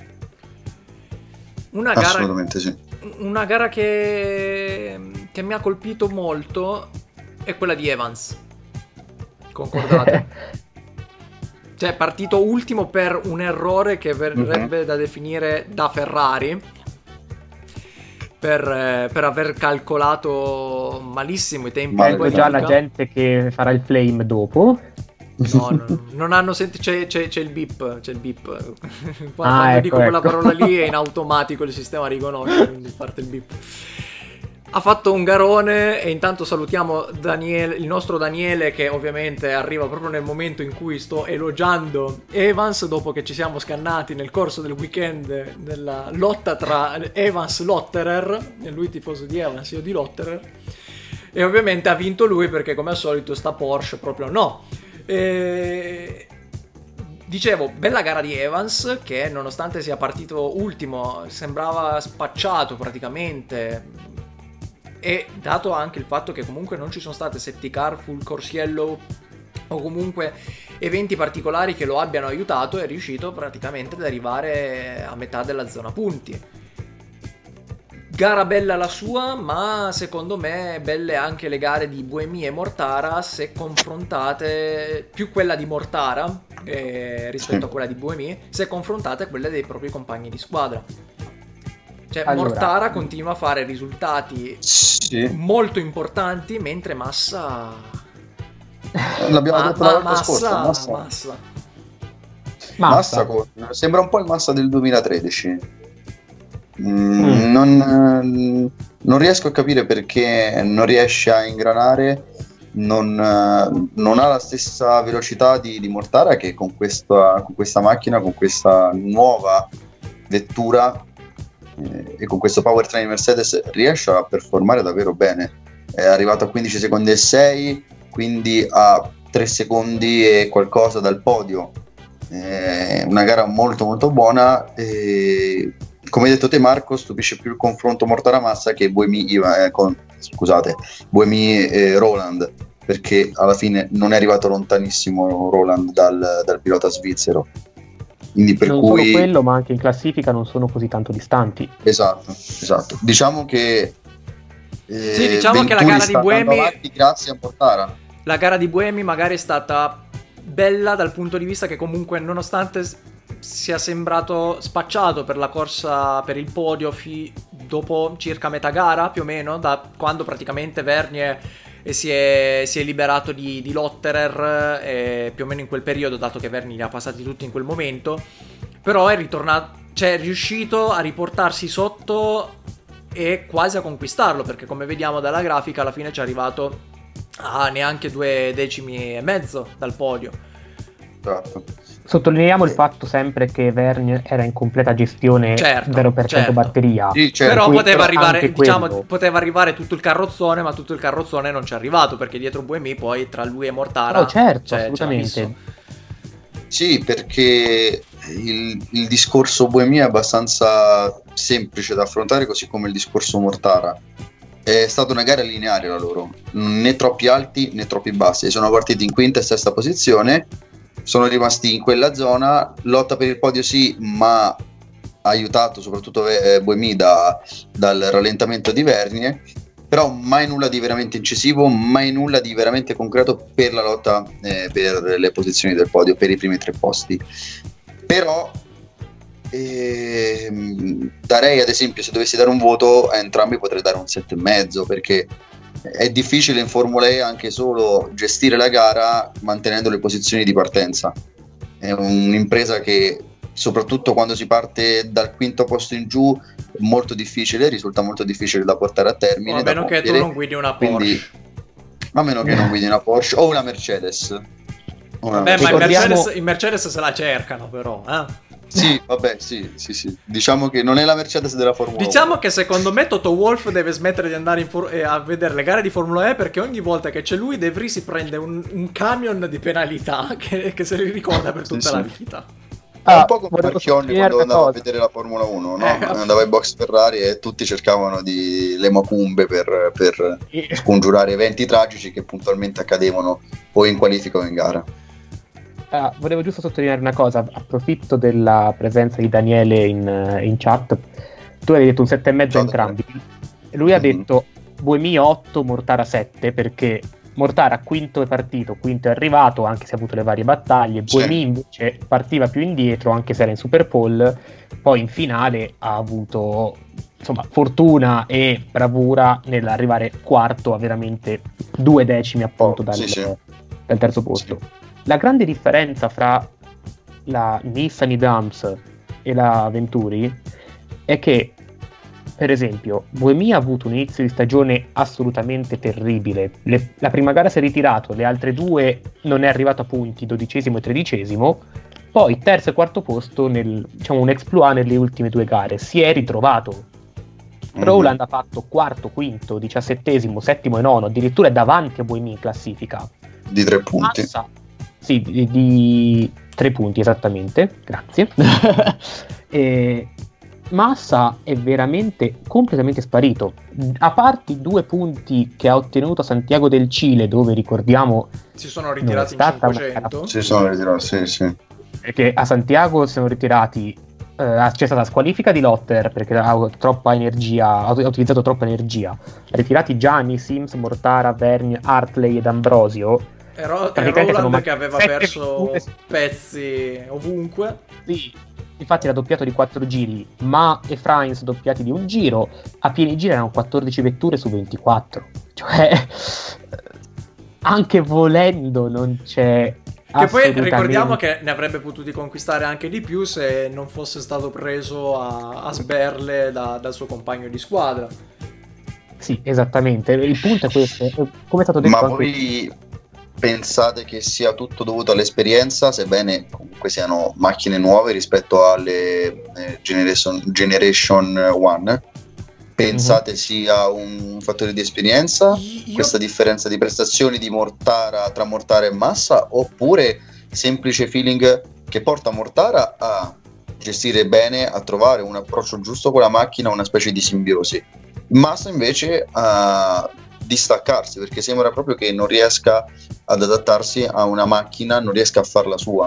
Una gara, assolutamente sì. Una gara che, che mi ha colpito molto è quella di Evans. Concordate? Cioè, partito ultimo per un errore che verrebbe mm-hmm. da definire da Ferrari, per, per aver calcolato malissimo i tempi. Ma poi già la gente che farà il flame dopo. No, no, non hanno sentito. C'è, c'è, c'è il beep. C'è il beep. Quando, ah, quando ecco, dico ecco. quella parola lì è in automatico, il sistema riconosce, quindi parte il beep. Ha fatto un garone e intanto salutiamo Daniele, il nostro Daniele, che ovviamente arriva proprio nel momento in cui sto elogiando Evans, dopo che ci siamo scannati nel corso del weekend della lotta tra Evans e Lotterer, e lui tifoso di Evans, io di Lotterer, e ovviamente ha vinto lui perché come al solito sta Porsche proprio no. E... dicevo, bella gara di Evans che nonostante sia partito ultimo sembrava spacciato praticamente. E dato anche il fatto che comunque non ci sono state safety car, full course yellow o comunque eventi particolari che lo abbiano aiutato, è riuscito praticamente ad arrivare a metà della zona punti. Gara bella la sua, ma secondo me belle anche le gare di Buemi e Mortara, se confrontate, più quella di Mortara eh, rispetto a quella di Buemi, se confrontate a quelle dei propri compagni di squadra. Cioè, allora, Mortara continua a fare risultati sì. molto importanti, mentre Massa... L'abbiamo ma, detto la volta Massa, scorsa. Massa. Massa. Massa. Massa con... sembra un po' il Massa del duemilatredici. Mm, mm. Non, non riesco a capire perché non riesce a ingranare, non, non ha la stessa velocità di, di Mortara, che con questa, con questa macchina, con questa nuova vettura e con questo powertrain Mercedes riesce a performare davvero bene. È arrivato a quindici secondi e sei, quindi a tre secondi e qualcosa dal podio. È una gara molto molto buona e, come hai detto te Marco, stupisce più il confronto Mortara-Massa che Buemi eh, con, scusate Buemi e Roland, perché alla fine non è arrivato lontanissimo Roland dal, dal pilota svizzero. Quindi per non cui... solo quello, ma anche in classifica non sono così tanto distanti. Esatto, esatto. Diciamo che eh, sì, diciamo Venturi che la gara di Buemi avanti grazie a Mortara. La gara di Buemi magari è stata bella dal punto di vista che comunque, nonostante sia sembrato spacciato per la corsa per il podio fi- dopo circa metà gara più o meno, da quando praticamente Vergne e si è, si è liberato di, di Lotterer eh, più o meno in quel periodo, dato che Verni li ha passati tutti in quel momento, però è ritornato, cioè è riuscito a riportarsi sotto e quasi a conquistarlo, perché come vediamo dalla grafica alla fine ci è arrivato a neanche due decimi e mezzo dal podio. Esatto. Sottolineiamo il fatto sempre che Vergne era in completa gestione, certo, zero per cento certo. batteria. Sì, certo. Però Qui- poteva però arrivare, anche diciamo, quello. poteva arrivare tutto il carrozzone, ma tutto il carrozzone non ci è arrivato, perché dietro Buemi poi tra lui e Mortara Oh, certo, c'è, c'è assolutamente. l'abisso. Sì, perché il, il discorso Buemi è abbastanza semplice da affrontare, così come il discorso Mortara. È stata una gara lineare la loro, né troppi alti né troppi bassi. Sono partiti in quinta e sesta posizione, sono rimasti in quella zona, lotta per il podio sì, ma ha aiutato soprattutto eh, Buemi da, dal rallentamento di Vergne, però mai nulla di veramente incisivo, mai nulla di veramente concreto per la lotta eh, per le posizioni del podio, per i primi tre posti. Però ehm, darei, ad esempio, se dovessi dare un voto a entrambi, potrei dare un sette e mezzo, perché è difficile in Formula E anche solo gestire la gara mantenendo le posizioni di partenza. È un'impresa che, soprattutto quando si parte dal quinto posto in giù, è molto difficile, risulta molto difficile da portare a termine. A meno che tu non guidi una Porsche. Quindi, a meno che non guidi una Porsche o una Mercedes. O una Beh, ma il Ricordiamo- Mercedes, il Mercedes se la cercano però, eh. Sì, vabbè, sì, sì, sì. Diciamo che non è la Mercedes della Formula Diciamo uno. che secondo me Toto Wolff deve smettere di andare in for- eh, a vedere le gare di Formula E, perché ogni volta che c'è lui De Vries si prende un, un camion di penalità che, che se li ricorda per Sì, tutta sì. la vita. È Ah, un po' come volevo Marchionni sottolineare quando una andava a cosa. vedere la Formula uno, no? Eh, Andava ai box Ferrari e tutti cercavano di le macumbe per, per scongiurare eventi tragici che puntualmente accadevano o in qualifica o in gara. Ah, volevo giusto sottolineare una cosa, approfitto della presenza di Daniele in, in chat. Tu hai detto un sette e mezzo Ciao, entrambi. Lui ha Mhm. detto Buemi otto, Mortara sette, perché Mortara quinto è partito, quinto è arrivato, anche se ha avuto le varie battaglie. Sì. Buemi invece partiva più indietro, anche se era in Super Pole, poi in finale ha avuto insomma fortuna e bravura nell'arrivare quarto a veramente due decimi appunto Oh, dal, sì, sì. dal terzo posto. La grande differenza fra la Nissan Idams e la Venturi è che, per esempio, Buemi ha avuto un inizio di stagione assolutamente terribile. Le- la prima gara si è ritirato, le altre due non è arrivato a punti, dodicesimo e tredicesimo. Poi terzo e quarto posto, nel, diciamo un exploit nelle ultime due gare. Si è ritrovato. Rowland ha fatto quarto, quinto, diciassettesimo, settimo e nono, addirittura è davanti a Buemi in classifica. Di tre punti. Massa, sì, di, di tre punti esattamente, grazie. E Massa è veramente completamente sparito, a parte i due punti che ha ottenuto a Santiago del Cile, dove ricordiamo Si sono non è ritirati in stata una cinquecento. Si sono ritirati, sì, sì. perché a Santiago si sono ritirati, eh, c'è stata squalifica di Lotter perché ha troppa energia, ha ha utilizzato troppa energia, ritirati Gianni, Sims, Mortara, Vergne, Hartley ed Ambrosio. E, Ro- e Praticamente sono Rowland che mancati aveva sette perso vetture. pezzi ovunque. Sì, infatti era doppiato di quattro giri, ma e Frains doppiati di un giro, a pieni giri erano quattordici vetture su ventiquattro, cioè anche volendo non c'è. Che poi assolutamente- ricordiamo che ne avrebbe potuti conquistare anche di più se non fosse stato preso a, a sberle da- dal suo compagno di squadra. Sì, esattamente, il punto è questo, come è stato detto Ma anche voi pensate che sia tutto dovuto all'esperienza, sebbene comunque siano macchine nuove rispetto alle eh, Generation, Generation One? Pensate Mhm. sia un fattore di esperienza, Io- questa differenza di prestazioni di Mortara tra Mortara e Massa, oppure semplice feeling che porta Mortara a gestire bene, a trovare un approccio giusto con la macchina, una specie di simbiosi? Massa invece a distaccarsi, perché sembra proprio che non riesca ad adattarsi a una macchina, non riesca a farla sua.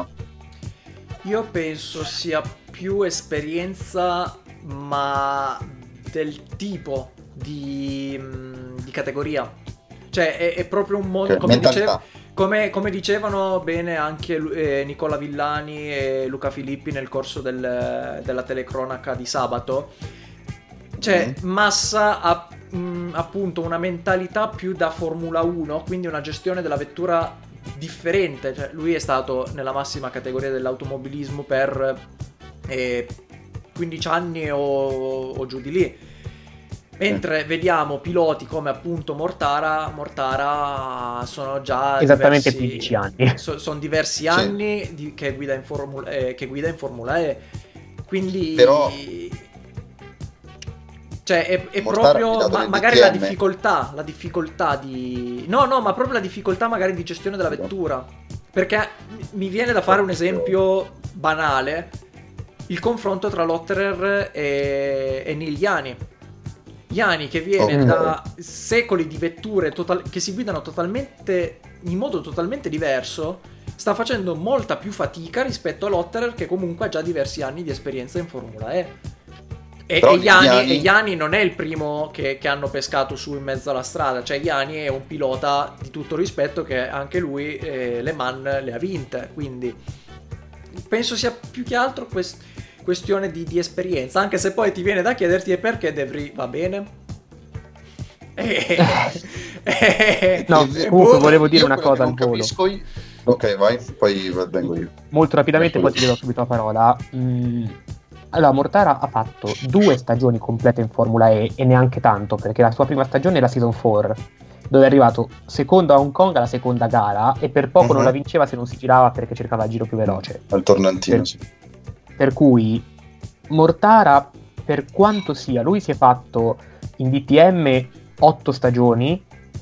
Io penso sia più esperienza, ma del tipo di, mh, di categoria. Cioè è, è proprio un modo, Ok, come, mentalità. dice- come, come dicevano bene anche Lu- eh, Nicola Villani e Luca Filippi nel corso del- della telecronaca di sabato. Cioè Mhm. Massa ha mh, appunto una mentalità più da Formula uno, quindi una gestione della vettura differente. Cioè, lui è stato nella massima categoria dell'automobilismo per eh, quindici anni o, o giù di lì. Mentre vediamo piloti come appunto Mortara, Mortara sono già esattamente diversi, quindici anni. So, sono diversi sì. anni di, che, guida in Formula, eh, che guida in Formula E. Quindi però cioè è, è proprio ma, magari la difficoltà, la difficoltà di no no ma proprio la difficoltà magari di gestione della vettura, perché mi viene da fare un esempio banale, il confronto tra Lotterer e, e Nil Jani. Jani che viene oh. da secoli di vetture total- che si guidano totalmente in modo totalmente diverso, sta facendo molta più fatica rispetto a Lotterer che comunque ha già diversi anni di esperienza in Formula E. E, e, Jani, Jani... e Jani non è il primo che, che hanno pescato su in mezzo alla strada, cioè Jani è un pilota di tutto rispetto che anche lui eh, Le Mans le ha vinte, quindi penso sia più che altro quest- questione di, di esperienza, anche se poi ti viene da chiederti e perché De Vries va bene? Eh, eh, no, comunque volevo dire una cosa al volo. Io... Ok, vai, poi vengo io. Molto rapidamente, poi ti do subito la parola. Mm, allora, Mortara ha fatto due stagioni complete in Formula E e neanche tanto, perché la sua prima stagione era Season quattro, dove è arrivato secondo a Hong Kong alla seconda gara e per poco uh-huh. non la vinceva se non si girava perché cercava il giro più veloce. Al tornantino, per, sì. Per cui Mortara, per quanto sia, lui si è fatto in D T M otto stagioni,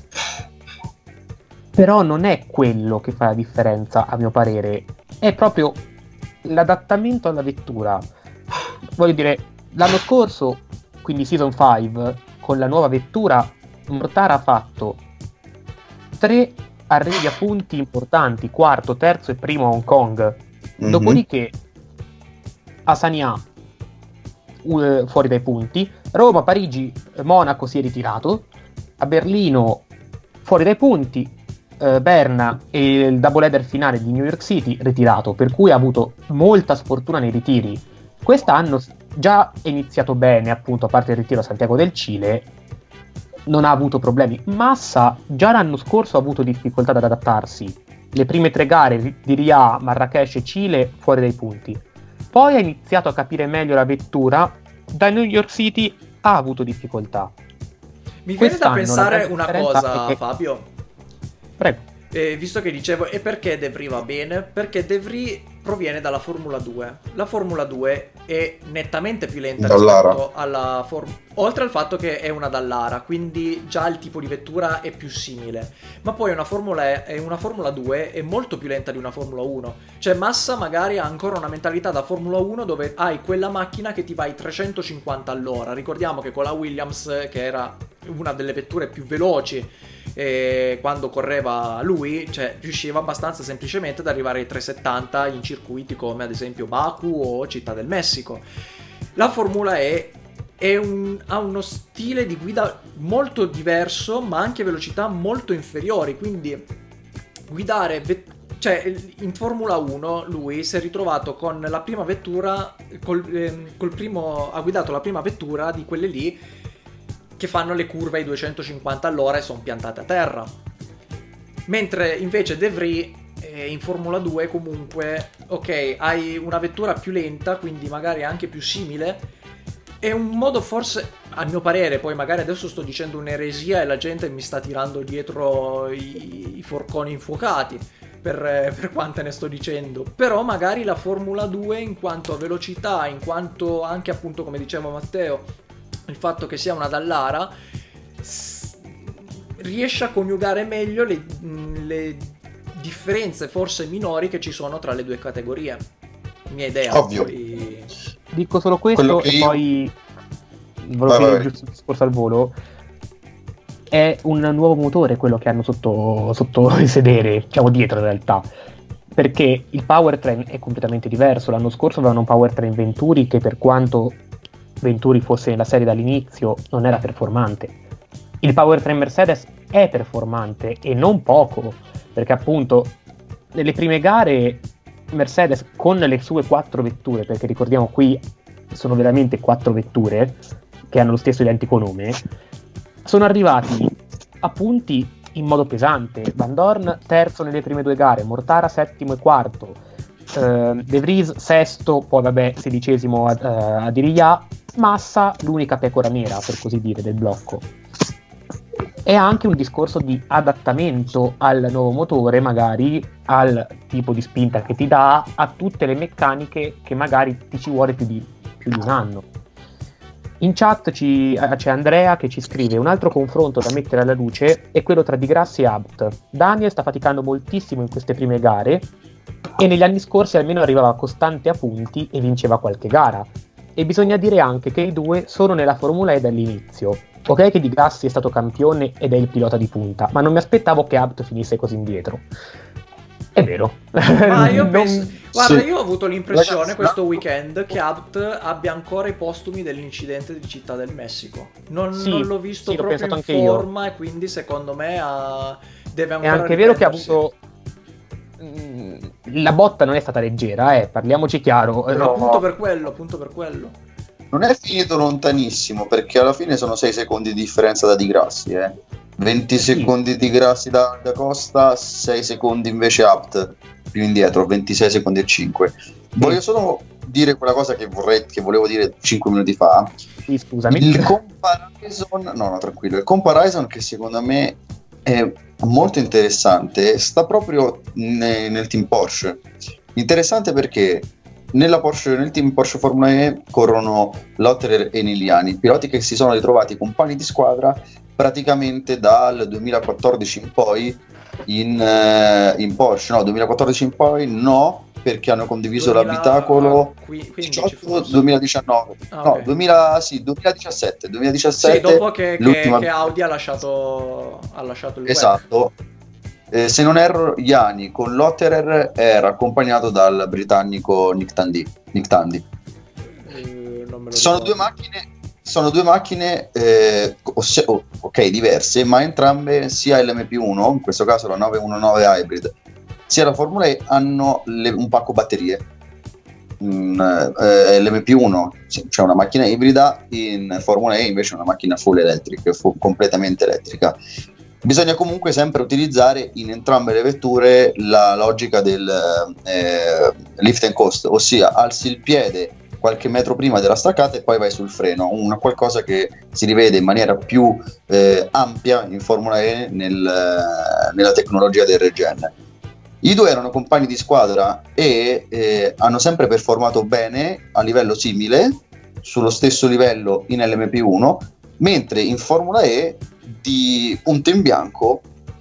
però non è quello che fa la differenza, a mio parere, è proprio l'adattamento alla vettura. Voglio dire, l'anno scorso, quindi Season cinque, con la nuova vettura, Mortara ha fatto tre arrivi a punti importanti, quarto, terzo e primo a Hong Kong. Mm-hmm. Dopodiché a Sanya uh, fuori dai punti, Roma, Parigi, Monaco si è ritirato, a Berlino fuori dai punti, uh, Berna e il double header finale di New York City ritirato, per cui ha avuto molta sfortuna nei ritiri. Quest'anno già è iniziato bene, appunto, a parte il ritiro a Santiago del Cile, non ha avuto problemi. Massa già l'anno scorso ha avuto difficoltà ad adattarsi, le prime tre gare di Riyadh, Marrakesh e Cile fuori dai punti. Poi ha iniziato a capire meglio la vettura, da New York City ha avuto difficoltà. Mi viene da pensare una cosa, che... Fabio. Prego. Eh, visto che dicevo, e perché De Vries va bene? Perché De Vries proviene dalla Formula due. La Formula due è nettamente più lenta Dallara. rispetto alla Formula... Oltre al fatto che è una Dallara, quindi già il tipo di vettura è più simile. Ma poi una Formula, e, una Formula due è molto più lenta di una Formula uno. Cioè Massa magari ha ancora una mentalità da Formula uno dove hai quella macchina che ti va ai trecentocinquanta all'ora. Ricordiamo che con la Williams, che era una delle vetture più veloci, e quando correva lui, cioè riusciva abbastanza semplicemente ad arrivare ai trecentosettanta in circuiti come ad esempio Baku o Città del Messico. La Formula E è un, ha uno stile di guida molto diverso, ma anche velocità molto inferiori, quindi guidare vet- cioè in Formula uno lui si è ritrovato con la prima vettura col, eh, col primo ha guidato la prima vettura di quelle lì che fanno le curve ai duecentocinquanta all'ora e sono piantate a terra, mentre invece De Vries eh, in Formula due comunque ok, hai una vettura più lenta, quindi magari anche più simile, è un modo forse, a mio parere, poi magari adesso sto dicendo un'eresia e la gente mi sta tirando dietro i, i forconi infuocati per, per quante ne sto dicendo, però magari la Formula due in quanto a velocità, in quanto anche appunto come diceva Matteo il fatto che sia una Dallara, s- riesce a coniugare meglio le, le differenze forse minori che ci sono tra le due categorie. Mia idea. Ovvio. Poi... Dico solo questo e io... poi volevo finire giusto il discorso al volo. È un nuovo motore quello che hanno sotto, sotto il sedere, diciamo dietro in realtà, perché il powertrain è completamente diverso. L'anno scorso avevano un powertrain Venturi che, per quanto Venturi fosse nella serie dall'inizio, non era performante. Il powertrain Mercedes è performante e non poco, perché appunto nelle prime gare Mercedes con le sue quattro vetture, perché ricordiamo qui sono veramente quattro vetture che hanno lo stesso identico nome, sono arrivati a punti in modo pesante. Van Dorn terzo nelle prime due gare, Mortara settimo e quarto, uh, De Vries sesto, poi vabbè sedicesimo a, uh, a Diriyah, Massa l'unica pecora nera, per così dire, del blocco. È anche un discorso di adattamento al nuovo motore, magari al tipo di spinta che ti dà, a tutte le meccaniche che magari ti ci vuole più di, più di un anno. In chat ci, c'è Andrea che ci scrive: un altro confronto da mettere alla luce è quello tra Di Grassi e Abt. Daniel sta faticando moltissimo in queste prime gare e negli anni scorsi almeno arrivava costante a punti e vinceva qualche gara. E bisogna dire anche che i due sono nella Formula E dall'inizio. Ok che Di Grassi è stato campione ed è il pilota di punta, ma non mi aspettavo che Abt finisse così indietro. È vero. Ma io non... penso... Guarda, Sì. io ho avuto l'impressione Ragazzi, questo no. weekend che Abt abbia ancora i postumi dell'incidente di Città del Messico. Non, Sì, non l'ho visto sì, l'ho proprio in pensato anche io. forma e quindi secondo me ha... deve È ancora anche vero che ha riprendersi. avuto... Mm, la botta non è stata leggera, eh, parliamoci chiaro. No. Appunto per quello, appunto per quello. Non è finito lontanissimo, perché alla fine sono sei secondi di differenza da Di Grassi, eh. venti Sì. secondi Di Grassi da, da Costa, sei secondi invece Abt più indietro, ventisei secondi e cinque. Voglio solo dire quella cosa che vorrei che volevo dire cinque minuti fa. Sì, scusami. Il comparison, no, no, tranquillo. Il comparison che secondo me è molto interessante sta proprio ne- nel team Porsche. Interessante perché nella Porsche, nel team Porsche Formula E corrono Lotterer e Niliani, piloti che si sono ritrovati compagni di squadra praticamente dal duemilaquattordici in poi in, eh, in Porsche. No, duemilaquattordici in poi no, perché hanno condiviso duemila l'abitacolo quindici diciotto forse. duemiladiciannove. Ah, No, ok. duemila, sì, duemiladiciassette. duemiladiciassette Sì, dopo che, che- l'ultima- che Audi ha lasciato, ha lasciato il web. Esatto. Eh, se non erro, Iani con Lotterer era accompagnato dal britannico Nick Tandy. Nick Tandy. Eh, non me lo Sono ricordo. due macchine, sono due macchine eh, osse- oh, ok, diverse, ma entrambe, sia l'M P uno, in questo caso la nove diciannove Hybrid, sia la Formula E, hanno le- un pacco batterie. Mm, eh, l'M P uno c'è una macchina ibrida, in Formula E invece è una macchina full electric, fu- completamente elettrica. Bisogna comunque sempre utilizzare in entrambe le vetture la logica del eh, lift and coast, ossia alzi il piede qualche metro prima della staccata e poi vai sul freno, una qualcosa che si rivede in maniera più eh, ampia in Formula E nel, nella tecnologia del regen. I due erano compagni di squadra e eh, hanno sempre performato bene a livello simile, sullo stesso livello in L M P uno, mentre in Formula E di punto in bianco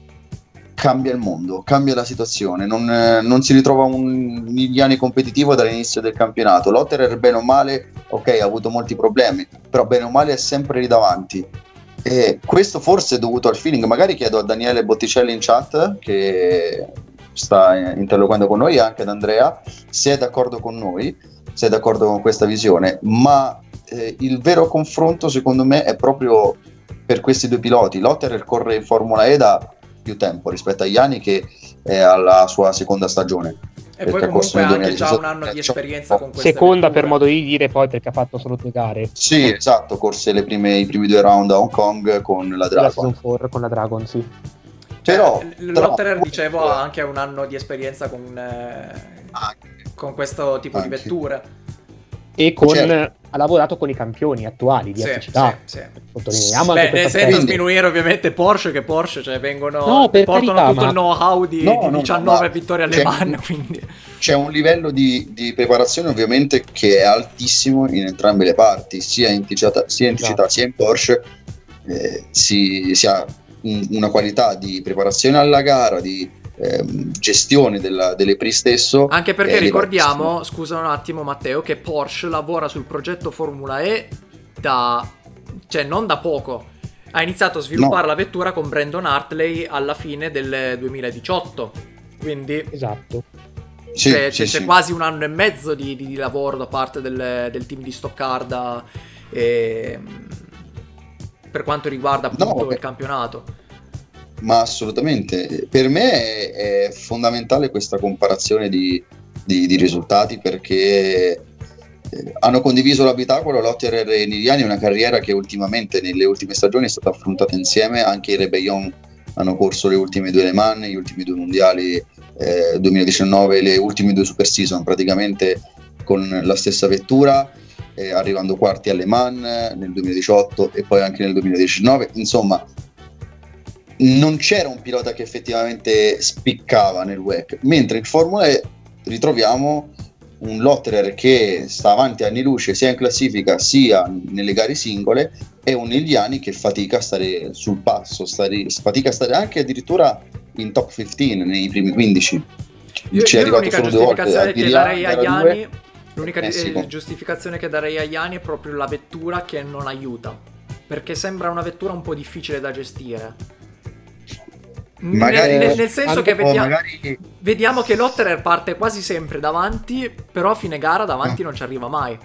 cambia il mondo, cambia la situazione, non, eh, non si ritrova un Niliani competitivo dall'inizio del campionato. Lotterer bene o male, ok, ha avuto molti problemi, però bene o male è sempre lì davanti. E questo forse è dovuto al feeling. Magari chiedo a Daniele Botticelli in chat, che sta interloquendo con noi, e anche ad Andrea, se è d'accordo con noi, se è d'accordo con questa visione, ma eh, il vero confronto secondo me è proprio per questi due piloti. Lotterer corre in Formula E da più tempo rispetto a Iani, che è alla sua seconda stagione. E poi comunque ha anche già un anno di esperienza con queste Seconda vetture. per modo di dire, poi perché ha fatto solo due gare. Sì, esatto, corse le prime, i primi due round a Hong Kong con la La Dragon. Season quattro con la Dragon, sì. Però, Cioè, l- però- Lotterer, dicevo, ha anche un anno di esperienza con, eh, Anche. con questo tipo Anche. di vetture. E con, Certo. ha lavorato con i campioni attuali di Sì, F C sì, sì. Sottolineiamo Beh, anche nel questo senso aspetto. sminuire ovviamente Porsche, che Porsche, cioè, vengono, No, per portano carità, tutto ma- il know-how di, No, di no, diciannove ma- vittorie alle cioè- Man, quindi... C'è un livello di, di preparazione ovviamente che è altissimo in entrambe le parti, sia in Ticita, sia in, Ticita, Esatto. sia in Porsche. Eh, si, si ha un- una qualità di preparazione alla gara, di ehm, gestione della, delle P R I stesso. Anche perché è ricordiamo, scusa un attimo Matteo, che Porsche lavora sul progetto Formula E da... cioè non da poco. Ha iniziato a sviluppare No. la vettura con Brandon Hartley alla fine del duemiladiciotto. Quindi Esatto. Sì, c'è, sì, c'è- c'è sì. quasi un anno e mezzo di, di- di lavoro da parte del, del team di Stoccarda e, per quanto riguarda appunto No, beh. il campionato. Ma assolutamente, per me è, è fondamentale questa comparazione di, di- di risultati, perché eh, hanno condiviso l'abitacolo Lotterer e Niliani, una carriera che ultimamente nelle ultime stagioni è stata affrontata insieme. Anche i Rebellion hanno corso le ultime due Le Mans, gli ultimi due mondiali eh, duemiladiciannove, le ultime due Super Season praticamente con la stessa vettura, eh, arrivando quarti a Le Mans nel duemiladiciotto e poi anche nel duemiladiciannove. Insomma, non c'era un pilota che effettivamente spiccava nel W E C, mentre in Formula E ritroviamo un Lotterer che sta avanti anni luce sia in classifica sia nelle gare singole, e un Niliani che fatica a stare sul passo, stare, fatica a stare anche addirittura in top quindici, nei primi quindici. Io, Ci è io arrivato l'unica solo due giustificazione volte, che darei a Ianni due, l'unica eh, sì, eh, giustificazione che darei a Ianni è proprio la vettura che non aiuta, perché sembra una vettura un po' difficile da gestire. Magari, nel, nel senso che vediamo, magari... vediamo che Lotterer parte quasi sempre davanti, però a fine gara davanti non ci arriva mai.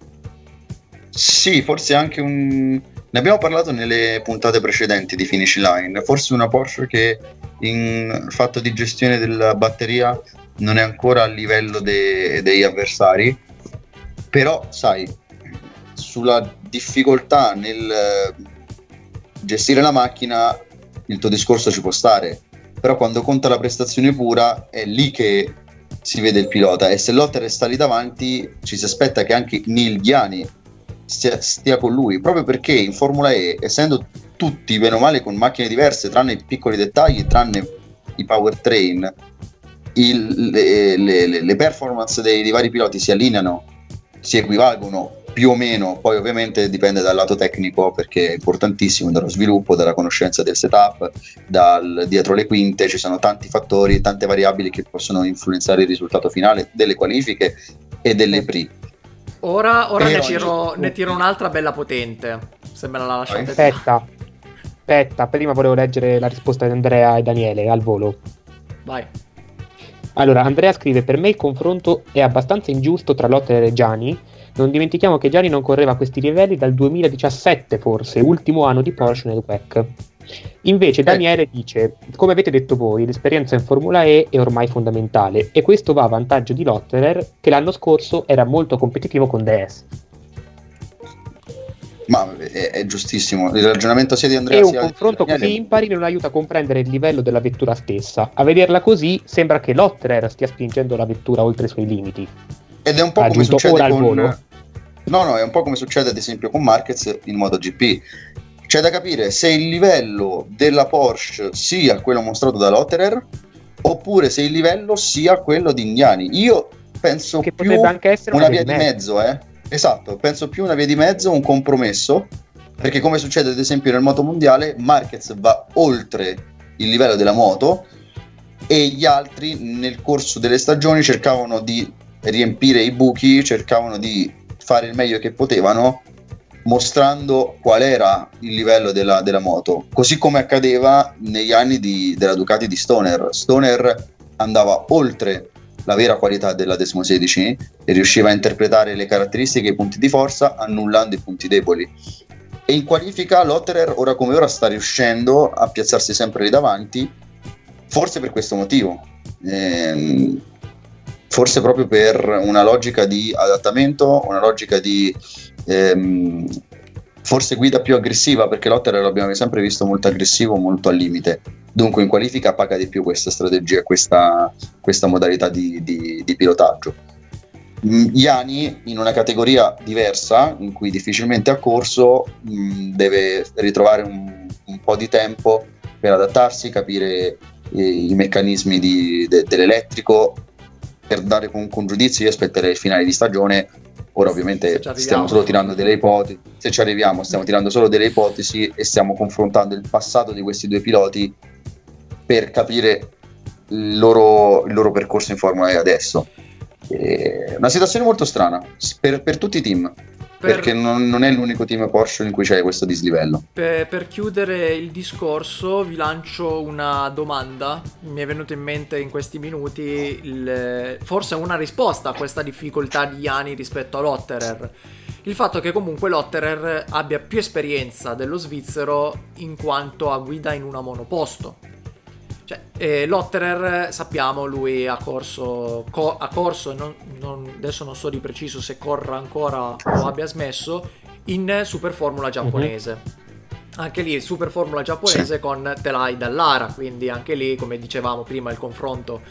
Sì, forse anche un... Ne abbiamo parlato nelle puntate precedenti di Finish Line. Forse una Porsche che in fatto di gestione della batteria non è ancora a livello de- degli avversari. Però, sai, sulla difficoltà nel gestire la macchina il tuo discorso ci può stare, però quando conta la prestazione pura è lì che si vede il pilota, e se Lotterer sta lì davanti ci si aspetta che anche Niliani stia, stia con lui, proprio perché in Formula E, essendo tutti bene o male con macchine diverse tranne i piccoli dettagli, tranne i powertrain, il, le, le, le performance dei, dei vari piloti si allineano, si equivalgono più o meno. Poi ovviamente dipende dal lato tecnico, perché è importantissimo, dallo sviluppo, dalla conoscenza del setup, dal dietro le quinte ci sono tanti fattori, tante variabili che possono influenzare il risultato finale delle qualifiche e delle Prix. Ora, ora ne, tiro, ne tiro un'altra bella potente, se me la lasciate. Aspetta, aspetta, prima volevo leggere la risposta di Andrea e Daniele al volo. Vai. Allora, Andrea scrive: per me il confronto è abbastanza ingiusto tra Lotterer e Gianni. Non dimentichiamo che Gianni non correva a questi livelli dal duemiladiciassette, forse, ultimo anno di Porsche nel W E C. Invece Daniele dice: come avete detto voi, l'esperienza in Formula E è ormai fondamentale, e questo va a vantaggio di Lotterer, che l'anno scorso era molto competitivo con D S. Ma è, è giustissimo il ragionamento sia di Andrea e un sia confronto di così impari non aiuta a comprendere il livello della vettura stessa. A vederla così sembra che Lotterer stia spingendo la vettura oltre i suoi limiti. Ed è un po' come succede ora con... volo. No, no, è un po' come succede ad esempio con Marquez in MotoGP. C'è da capire se il livello della Porsche sia quello mostrato da Lotterer, oppure se il livello sia quello di Niliani. Io penso che più anche essere una, una via di mezzo, mezzo eh. Esatto, penso più una via di mezzo, un compromesso, perché come succede ad esempio nel motomondiale, Marquez va oltre il livello della moto e gli altri nel corso delle stagioni cercavano di riempire i buchi, cercavano di fare il meglio che potevano, mostrando qual era il livello della, della moto, così come accadeva negli anni di, della Ducati di Stoner. Stoner andava oltre la vera qualità della sedici e riusciva a interpretare le caratteristiche e i punti di forza annullando i punti deboli. E in qualifica Lotterer ora come ora sta riuscendo a piazzarsi sempre lì davanti, forse per questo motivo, ehm, forse proprio per una logica di adattamento, una logica di ehm, forse guida più aggressiva, perché Lotterer l'abbiamo sempre visto molto aggressivo, molto al limite. Dunque in qualifica paga di più questa strategia, questa, questa modalità di, di, di pilotaggio. Ianni in una categoria diversa, in cui difficilmente ha corso, mh, deve ritrovare un, un po' di tempo per adattarsi, capire i, i meccanismi di, de, dell'elettrico. Per dare comunque un giudizio io aspetterei il finale di stagione. Ora ovviamente stiamo solo tirando delle ipotesi, se ci arriviamo stiamo tirando solo delle ipotesi e stiamo confrontando il passato di questi due piloti per capire il loro, il loro percorso in Formula E adesso. È una situazione molto strana per, per tutti i team, per, perché non, non è l'unico team Porsche in cui c'è questo dislivello. Per, per chiudere il discorso vi lancio una domanda, mi è venuto in mente in questi minuti il, forse una risposta a questa difficoltà di Ianni rispetto a Lotterer. Il fatto che comunque Lotterer abbia più esperienza dello svizzero in quanto a guida in una monoposto. Cioè, eh, Lotterer, sappiamo, lui ha corso, co- ha corso non, non, adesso non so di preciso se corra ancora o abbia smesso, in Super Formula giapponese. Mm-hmm. Anche lì Super Formula giapponese sì. con Telai Dallara, quindi anche lì, come dicevamo prima, il confronto...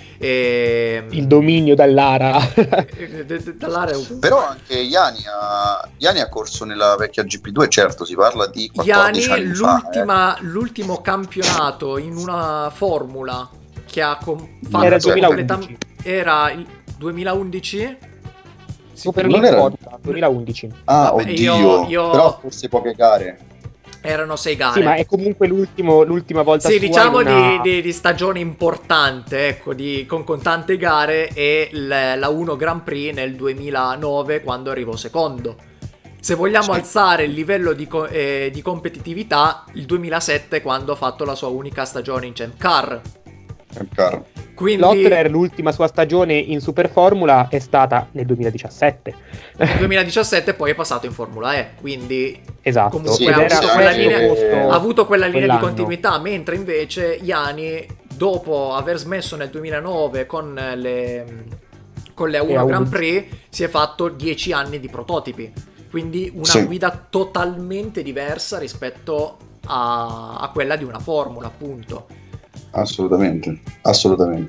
E... il dominio dall'Ara. dall'Ara un... però anche Iani ha... Iani ha corso nella vecchia G P due, certo, si parla di quattordici Iani, anni l'ultima, fa, eh. l'ultimo campionato in una formula che ha com- fatto era il duemilaundici era il duemilaundici Super non era duemilaundici. Ah, vabbè, oddio, io, io... però forse poche gare. Erano sei gare. Sì, ma è comunque l'ultimo, l'ultima volta. Sì, diciamo una... di, di, di stagione importante, ecco, di, con, con tante gare, e l, la uno Grand Prix nel duemilanove quando arrivò secondo. Se vogliamo sì. alzare il livello di, eh, di competitività, il duemilasette quando ha fatto la sua unica stagione in Champ Car. Champ Car. Quindi Lotterer, l'ultima sua stagione in Super Formula è stata nel duemiladiciassette. Nel duemiladiciassette poi è passato in Formula E, quindi esatto. comunque Sì, ha, avuto quella linea, che... ha avuto quella linea quell'anno. di continuità, mentre invece Iani, dopo aver smesso nel duemilanove con le, con le A uno Grand Prix, si è fatto dieci anni di prototipi, quindi una sì. guida totalmente diversa rispetto a, a quella di una Formula, appunto. Assolutamente, assolutamente.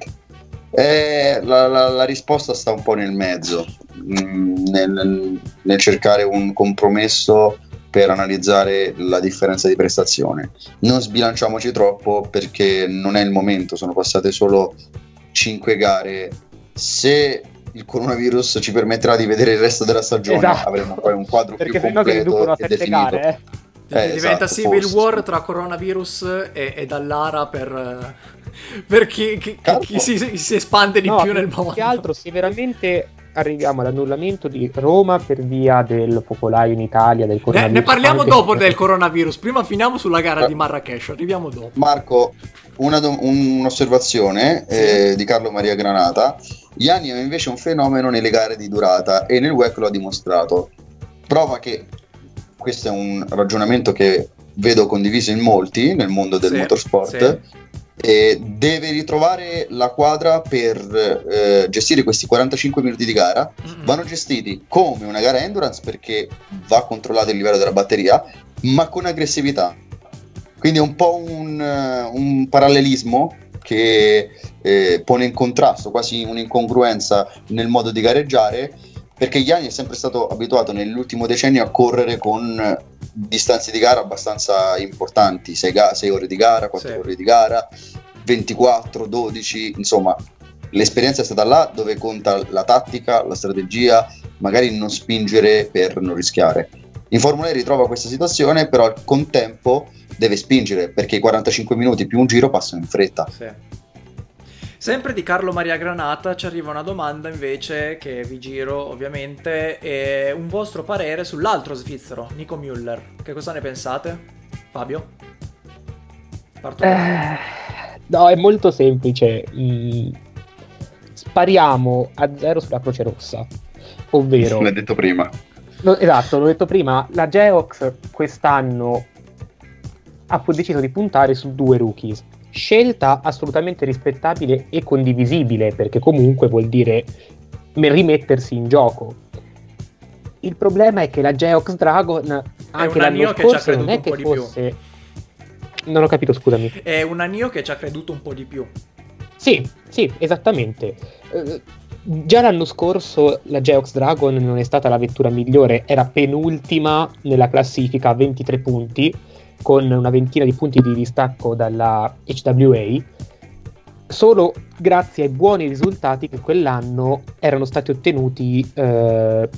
Eh, la, la, la risposta sta un po' nel mezzo, mh, nel, nel cercare un compromesso per analizzare la differenza di prestazione. Non sbilanciamoci troppo perché non è il momento, sono passate solo cinque gare. Se il coronavirus ci permetterà di vedere il resto della stagione, esatto. avremo poi un quadro perché più completo e definito. Gare, eh. Eh, diventa esatto, Civil forse. War tra coronavirus e, e Dallara per, per chi, chi, chi si, si espande di no, più nel mondo. Che altro, se veramente arriviamo all'annullamento di Roma per via del focolaio in Italia, del coronavirus, ne, ne parliamo dopo del coronavirus, prima finiamo sulla gara eh. di Marrakesh, arriviamo dopo. Marco, una do- un'osservazione sì. eh, di Carlo Maria Granata. Iani è invece un fenomeno nelle gare di durata e nel W E C lo ha dimostrato. Prova che questo è un ragionamento che vedo condiviso in molti nel mondo del sì, motorsport sì. E deve ritrovare la quadra per eh, gestire questi quarantacinque minuti di gara. Mm-hmm. Vanno gestiti come una gara endurance perché va controllato il livello della batteria, ma con aggressività, quindi è un po' un, un parallelismo che eh, pone in contrasto, quasi un'incongruenza nel modo di gareggiare, perché Iani è sempre stato abituato nell'ultimo decennio a correre con distanze di gara abbastanza importanti, sei ore di gara, quattro sì. ore di gara, ventiquattro, dodici, insomma l'esperienza è stata là dove conta la tattica, la strategia, magari non spingere per non rischiare. In Formula E ritrova questa situazione, però al contempo deve spingere perché i quarantacinque minuti più un giro passano in fretta. Sì. Sempre di Carlo Maria Granata ci arriva una domanda invece che vi giro ovviamente, è un vostro parere sull'altro svizzero, Nico Müller. Che cosa ne pensate? Fabio? Parto eh, no, è molto semplice. Mm, spariamo a zero sulla Croce Rossa, ovvero... L'hai detto prima. Lo, esatto, l'ho detto prima. La Geox quest'anno ha deciso di puntare su due rookies. Scelta assolutamente rispettabile e condivisibile, perché comunque vuol dire rimettersi in gioco. Il problema è che la Geox Dragon anche l'anno scorso non è che fosse... Non ho capito, scusami. È una N I O che ci ha creduto un po' di più. Sì, sì, esattamente. Uh, già l'anno scorso la Geox Dragon non è stata la vettura migliore, era penultima nella classifica a ventitré punti, con una ventina di punti di distacco dalla H W A, solo grazie ai buoni risultati che quell'anno erano stati ottenuti eh,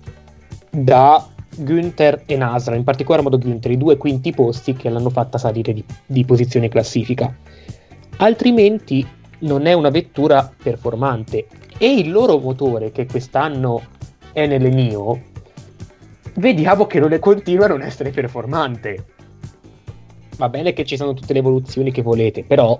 da Günther e Nasra, in particolar modo Günther, i due quinti posti che l'hanno fatta salire di, di posizione classifica. Altrimenti non è una vettura performante, e il loro motore, che quest'anno è nelle N I O, vediamo che non le continua a non essere performante. Va bene che ci sono tutte le evoluzioni che volete, però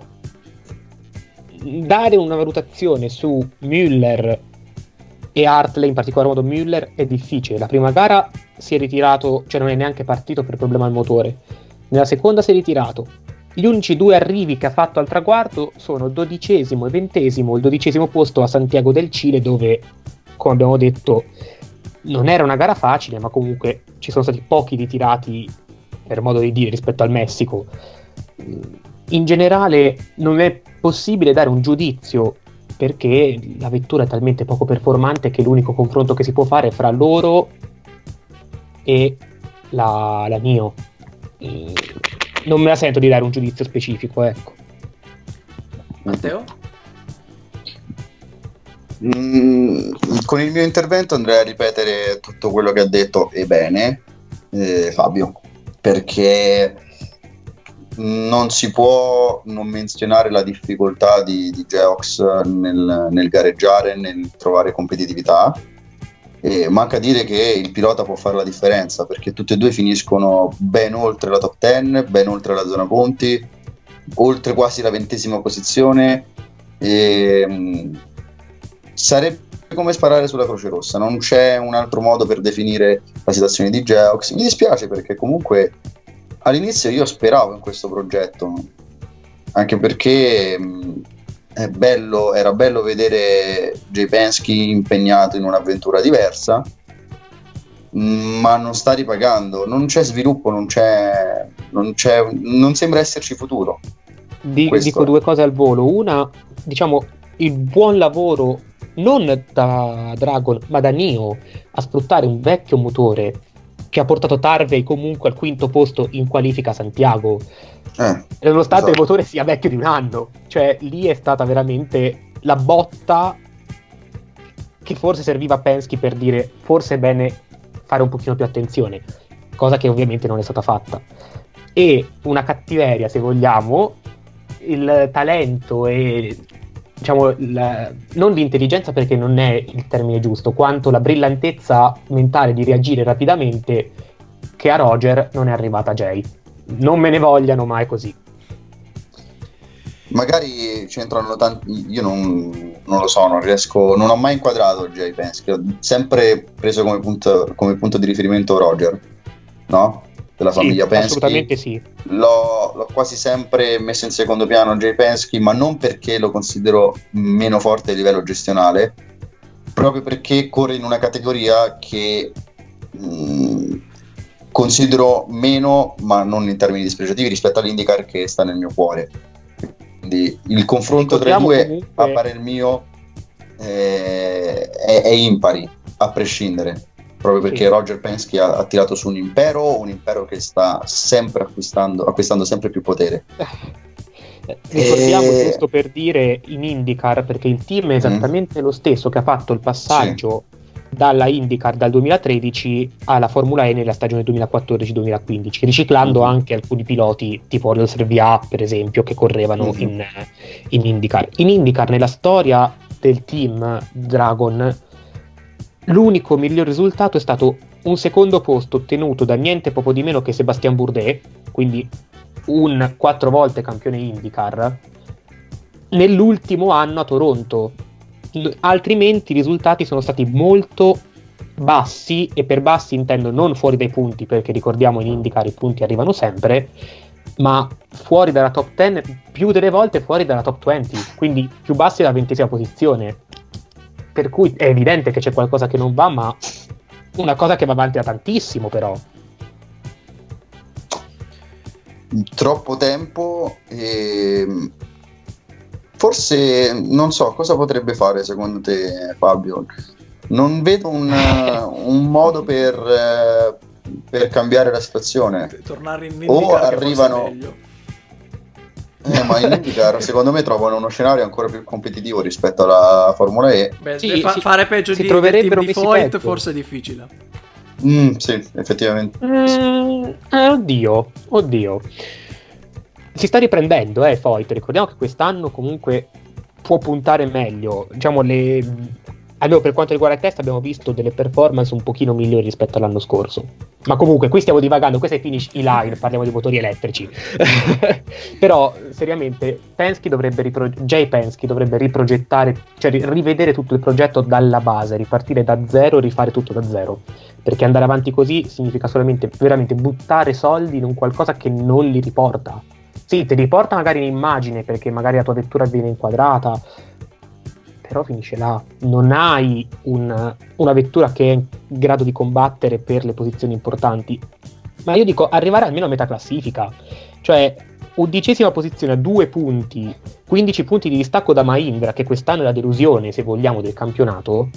dare una valutazione su Müller e Hartley, in particolar modo Müller, è difficile. La prima gara si è ritirato, cioè non è neanche partito per problema al motore. Nella seconda si è ritirato. Gli unici due arrivi che ha fatto al traguardo sono dodicesimo e ventesimo, il dodicesimo posto a Santiago del Cile, dove, come abbiamo detto, non era una gara facile, ma comunque ci sono stati pochi ritirati, per modo di dire, rispetto al Messico. In generale non è possibile dare un giudizio, perché la vettura è talmente poco performante che l'unico confronto che si può fare è fra loro e la, la Nio. E non me la sento di dare un giudizio specifico, ecco. Matteo? Mm, con il mio intervento andrei a ripetere tutto quello che ha detto e bene eh, Fabio, perché non si può non menzionare la difficoltà di, di Geox nel, nel gareggiare, nel trovare competitività, e manca dire che il pilota può fare la differenza, perché tutti e due finiscono ben oltre la top dieci, ben oltre la zona punti, oltre quasi la ventesima posizione, e mh, sarebbe come sparare sulla Croce Rossa. Non c'è un altro modo per definire la situazione di Geox. Mi dispiace, perché comunque all'inizio io speravo in questo progetto, anche perché mh, è bello, era bello vedere Jay Penske impegnato in un'avventura diversa, mh, ma non sta ripagando, non c'è sviluppo, non c'è, non c'è, non sembra esserci futuro. Di, dico è. due cose al volo. Una, diciamo, il buon lavoro non da Dragon ma da Nio a sfruttare un vecchio motore che ha portato Tarvey comunque al quinto posto in qualifica a Santiago, eh, nonostante esatto. il motore sia vecchio di un anno. Cioè lì è stata veramente la botta che forse serviva a Penske per dire forse è bene fare un pochino più attenzione, cosa che ovviamente non è stata fatta. E una cattiveria, se vogliamo, il talento e diciamo la, non l'intelligenza, perché non è il termine giusto, quanto la brillantezza mentale di reagire rapidamente che a Roger non è arrivata a Jay. Non me ne vogliano, ma è così. Magari c'entrano tanti, io non, non lo so, non riesco, non ho mai inquadrato Jay Penske, ho sempre preso come punto, come punto di riferimento Roger, no? Della famiglia sì, Penske. Assolutamente sì. L'ho, l'ho quasi sempre messo in secondo piano Jay Penske, ma non perché lo considero meno forte a livello gestionale, proprio perché corre in una categoria che mh, considero meno, ma non in termini dispregiativi, rispetto all'IndyCar che sta nel mio cuore. Quindi il confronto tra i due, comunque, a parer mio, eh, è, è impari, a prescindere. Proprio perché sì. Roger Penske ha, ha tirato su un impero, un impero che sta sempre acquistando, acquistando sempre più potere. Ricordiamo, e... giusto per dire, in IndyCar, perché il team è esattamente mm. lo stesso che ha fatto il passaggio sì. dalla IndyCar dal duemilatredici alla Formula E nella stagione duemilaquattordici duemilaquindici, riciclando mm. anche alcuni piloti tipo Orlos V A, per esempio, che correvano mm. in, in IndyCar. In IndyCar, nella storia del team Dragon, l'unico miglior risultato è stato un secondo posto ottenuto da niente poco di meno che Sébastien Bourdais, quindi un quattro volte campione IndyCar, nell'ultimo anno a Toronto. Altrimenti i risultati sono stati molto bassi, e per bassi intendo non fuori dai punti, perché ricordiamo in IndyCar i punti arrivano sempre, ma fuori dalla top dieci, più delle volte fuori dalla top venti, quindi più bassi dalla ventesima posizione. Per cui è evidente che c'è qualcosa che non va, ma una cosa che va avanti da tantissimo, però. Troppo tempo e forse non so cosa potrebbe fare secondo te, Fabio. Non vedo un, un modo per, per cambiare la situazione. Tornare in o arrivano Eh, ma in IndyCar secondo me trovano uno scenario ancora più competitivo rispetto alla Formula E. Beh, sì, fa- sì, fare peggio di, del team di Foyt forse è difficile. Mm, sì, effettivamente. Mm, eh, oddio, oddio. Si sta riprendendo, eh, Foyt. Ricordiamo che quest'anno comunque può puntare meglio. Diciamo, le... almeno per quanto riguarda il test abbiamo visto delle performance un pochino migliori rispetto all'anno scorso. Ma comunque qui stiamo divagando, questo è Finish E-Line, parliamo di motori elettrici. Però seriamente Penske dovrebbe ripro- Jay Penske dovrebbe riprogettare, cioè rivedere tutto il progetto dalla base, ripartire da zero, rifare tutto da zero, perché andare avanti così significa solamente veramente buttare soldi in un qualcosa che non li riporta. sì, ti riporta magari in immagine perché magari la tua vettura viene inquadrata, però finisce là. Non hai un, una vettura che è in grado di combattere per le posizioni importanti. Ma io dico, arrivare almeno a metà classifica, cioè undicesima posizione a due punti, quindici punti di distacco da Mahindra, che quest'anno è la delusione, se vogliamo, del campionato,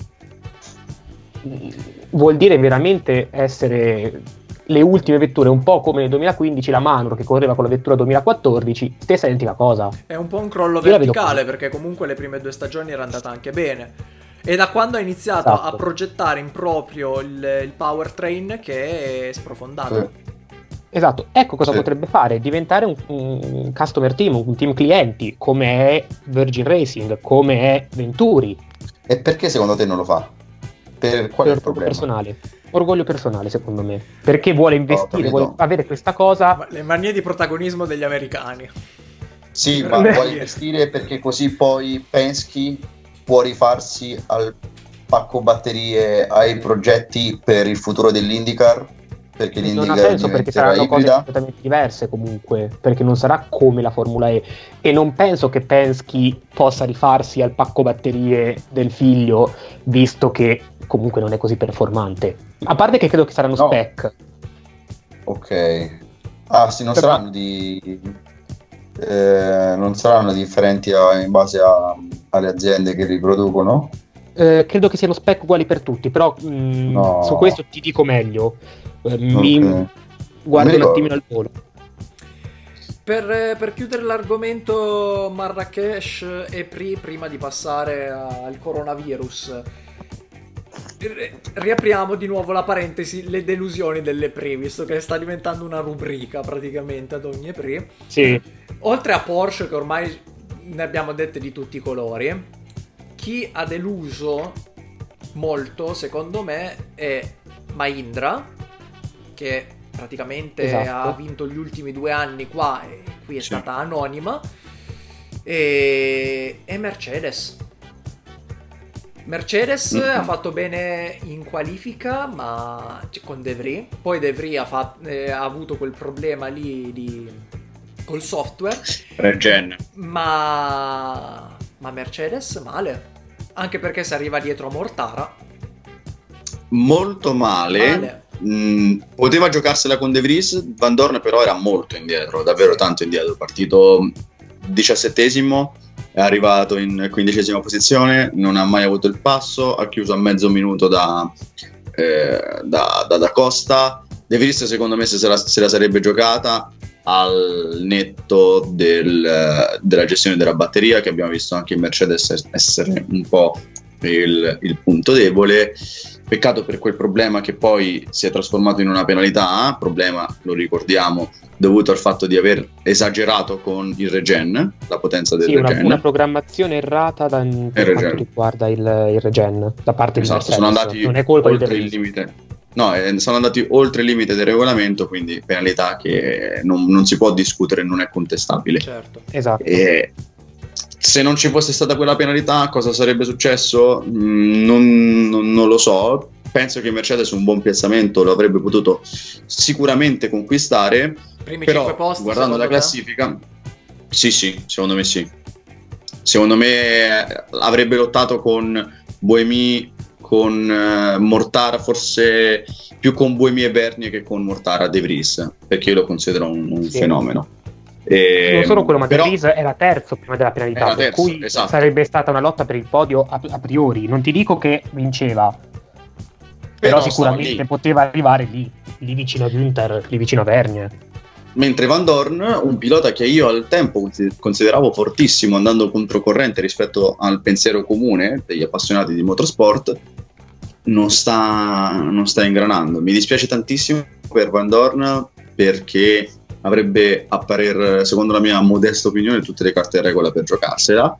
vuol dire veramente essere le ultime vetture, un po' come nel duemilaquindici la Manor che correva con la vettura duemilaquattordici, stessa identica cosa. È un po' un crollo Io la vedo verticale, così. perché comunque le prime due stagioni era andata anche bene. E da quando ha iniziato Esatto. a progettare in proprio il, il powertrain che è sprofondato. Sì. Esatto, ecco cosa Sì. potrebbe fare, diventare un, un customer team, un team clienti, come è Virgin Racing, come è Venturi, E perché secondo te non lo fa? Per qual è il per problema? personale, orgoglio personale secondo me, perché vuole investire, capito. vuole avere questa cosa. Ma le manie di protagonismo degli americani. Sì, ma Beh. vuole investire perché così poi Penske può rifarsi al pacco batterie, ai progetti per il futuro dell'IndyCar, perché Non ha l'IndyCar senso perché diventerà saranno cose ibrida. completamente diverse comunque, perché non sarà come la Formula E e non penso che Penske possa rifarsi al pacco batterie del figlio, visto che comunque non è così performante. A parte che credo che saranno No. spec. Ok. Ah sì, non Per- saranno di... eh, non saranno differenti a- in base a- alle aziende che riproducono? Eh, credo che siano spec uguali per tutti, però mh, No. su questo ti dico meglio. Eh, mi Ok. guardo Mi un ricordo. attimino al volo. Per, per chiudere l'argomento Marrakesh e Pri, prima di passare al coronavirus, ri- riapriamo di nuovo la parentesi, le delusioni delle Pri, visto che sta diventando una rubrica praticamente ad ogni Pri. Sì, Oltre a Porsche, che ormai ne abbiamo dette di tutti i colori, chi ha deluso molto, secondo me, è Mahindra, che praticamente Esatto. ha vinto gli ultimi due anni qua e qui è Sì. stata anonima, e, e Mercedes. Mercedes Mm-hmm. ha fatto bene in qualifica, ma cioè, con De Vries. Poi De Vries ha, fat- eh, ha avuto quel problema lì di... col software, Regen. ma... ma Mercedes male. Anche perché si arriva dietro a Mortara. Molto male. Male. Mm, poteva giocarsela con De Vries. Van Dorn però era molto indietro, davvero Sì. tanto indietro. Partito diciassettesimo, è arrivato in quindicesima posizione, non ha mai avuto il passo, ha chiuso a mezzo minuto da, eh, da, da, da Costa. De Vries secondo me se, se, la, se la sarebbe giocata al netto del, della gestione della batteria, che abbiamo visto anche in Mercedes essere un po' il, il punto debole. Peccato per quel problema che poi si è trasformato in una penalità, problema, lo ricordiamo, dovuto al fatto di aver esagerato con il regen, la potenza del sì, una, regen. una programmazione errata da, per regen. quanto riguarda il, il regen da parte Esatto, di Mercedes. sono andati non è colpa di De oltre il Vries. limite. No, eh, sono andati oltre il limite del regolamento, quindi penalità che non, non si può discutere, non è contestabile. Certo. Esatto. E se non ci fosse stata quella penalità, cosa sarebbe successo? Mm, non, non- non lo so. Penso che Mercedes un buon piazzamento lo avrebbe potuto sicuramente conquistare. Primi Però, cinque posti, guardando la secondo te? classifica, sì, sì, secondo me sì. Secondo me eh, avrebbe lottato con Buemi, con eh, Mortara, forse più con Buemi e Bernie che con Mortara De Vries, perché io lo considero un, un Sì. fenomeno. E, Non solo quello, ma però- De Vries era terzo prima della penalità, Era per terzo, cui esatto. sarebbe stata una lotta per il podio a, a priori. Non ti dico che vinceva, però, Però sicuramente stava lì. poteva arrivare lì, lì vicino a Günther, lì vicino a Vergne. Mentre Van Dorn, un pilota che io al tempo consideravo fortissimo, andando controcorrente rispetto al pensiero comune degli appassionati di motorsport, non sta, non sta ingranando. Mi dispiace tantissimo per Van Dorn, perché avrebbe, a parer, secondo la mia modesta opinione, tutte le carte in regola per giocarsela.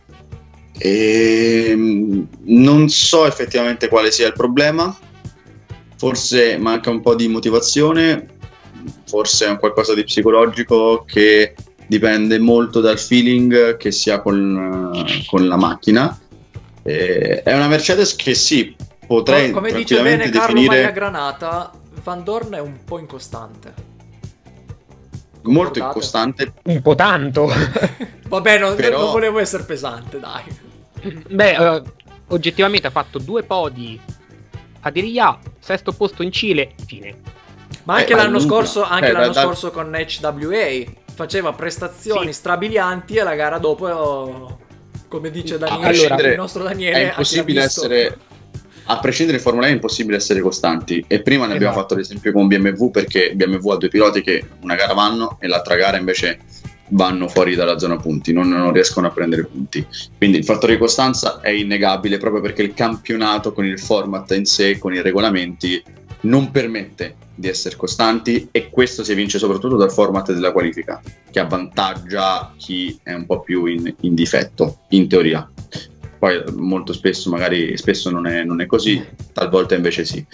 E non so effettivamente quale sia il problema. Forse manca un po' di motivazione, forse è un qualcosa di psicologico che dipende molto dal feeling che si ha con, con la macchina. Eh, è una Mercedes che sì, potrei Come dice bene tranquillamente Carlo Maria definire. Granata, Van Dorn è un po' incostante. molto incostante. Un po' tanto. Vabbè, non, Però... non volevo essere pesante, dai. Beh, uh, oggettivamente ha fatto due podi a Diriyah, sesto posto in Cile, fine. Ma anche eh, l'anno allunga. scorso, anche eh, l'anno da, da... scorso con H W A faceva prestazioni sì. strabilianti e la gara dopo, come dice Daniele, allora, il nostro Daniele, è impossibile visto... essere, a prescindere in Formula E è impossibile essere costanti, e prima ne abbiamo esatto. fatto l'esempio con B M W, perché B M W ha due piloti che una gara vanno e l'altra gara invece vanno fuori dalla zona punti, non, non riescono a prendere punti, quindi il fattore di costanza è innegabile, proprio perché il campionato con il format in sé, con i regolamenti, non permette di essere costanti, e questo si evince soprattutto dal format della qualifica, che avvantaggia chi è un po' più in, in difetto, in teoria. Poi molto spesso, magari spesso non è, non è così, talvolta invece sì.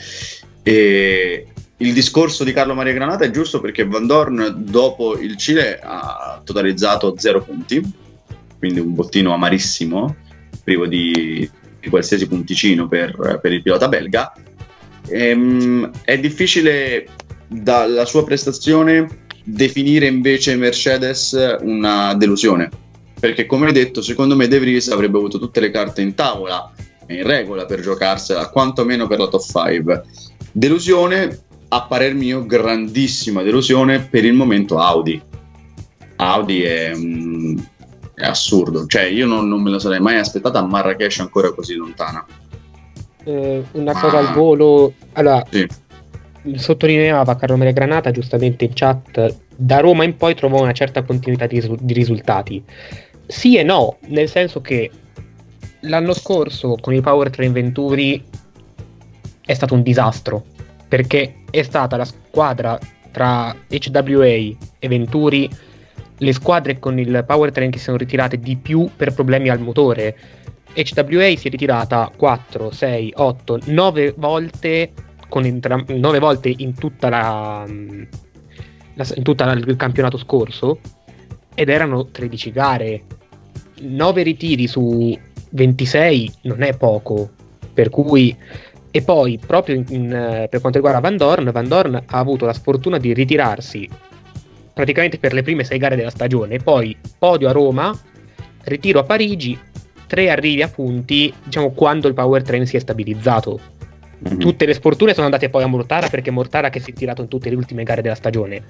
E il discorso di Carlo Maria Granata è giusto, perché Vandoorne dopo il Cile ha totalizzato zero punti, quindi un bottino amarissimo, privo di, di qualsiasi punticino per, per il pilota belga. Ehm, è difficile dalla sua prestazione definire invece Mercedes una delusione, perché come hai detto, secondo me De Vries avrebbe avuto tutte le carte in tavola e in regola per giocarsela, quantomeno per la top cinque. Delusione, a parer mio, grandissima delusione per il momento Audi. Audi è, um, è assurdo, cioè io non, non me la sarei mai aspettata a Marrakesh ancora così lontana. Eh, una ah, cosa al volo, allora sì. sottolineava Carlo Maria Granata giustamente in chat, da Roma in poi trovò una certa continuità di, risu- di risultati. Sì e no, nel senso che l'anno scorso con il Powertrain Venturi è stato un disastro, perché è stata la squadra tra H W A e Venturi le squadre con il Powertrain che si sono ritirate di più per problemi al motore. H W A si è ritirata quattro, sei, otto, nove volte con entra- nove volte in tutta la, la in tutto il campionato scorso, ed erano tredici gare. nove ritiri su ventisei non è poco, per cui. E poi proprio in, in, per quanto riguarda Vandoorne, Vandoorne ha avuto la sfortuna di ritirarsi praticamente per le prime sei gare della stagione, poi podio a Roma, ritiro a Parigi, tre arrivi a punti, diciamo, quando il powertrain si è stabilizzato. Mm-hmm. Tutte le sfortune sono andate poi a Mortara, perché Mortara che si è tirato in tutte le ultime gare della stagione,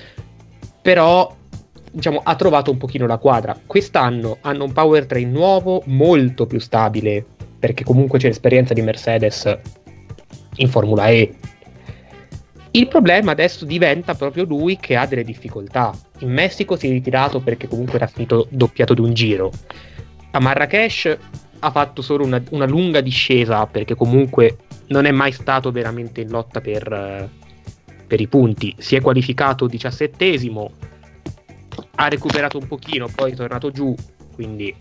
però diciamo ha trovato un pochino la quadra. Quest'anno hanno un powertrain nuovo, molto più stabile, perché comunque c'è l'esperienza di Mercedes in Formula E. Il problema adesso diventa proprio lui, che ha delle difficoltà. In Messico si è ritirato perché comunque era finito doppiato di un giro. A Marrakesh ha fatto solo una, una lunga discesa, perché comunque non è mai stato veramente in lotta per, per i punti. Si è qualificato diciassettesimo, ha recuperato un pochino, poi è tornato giù, quindi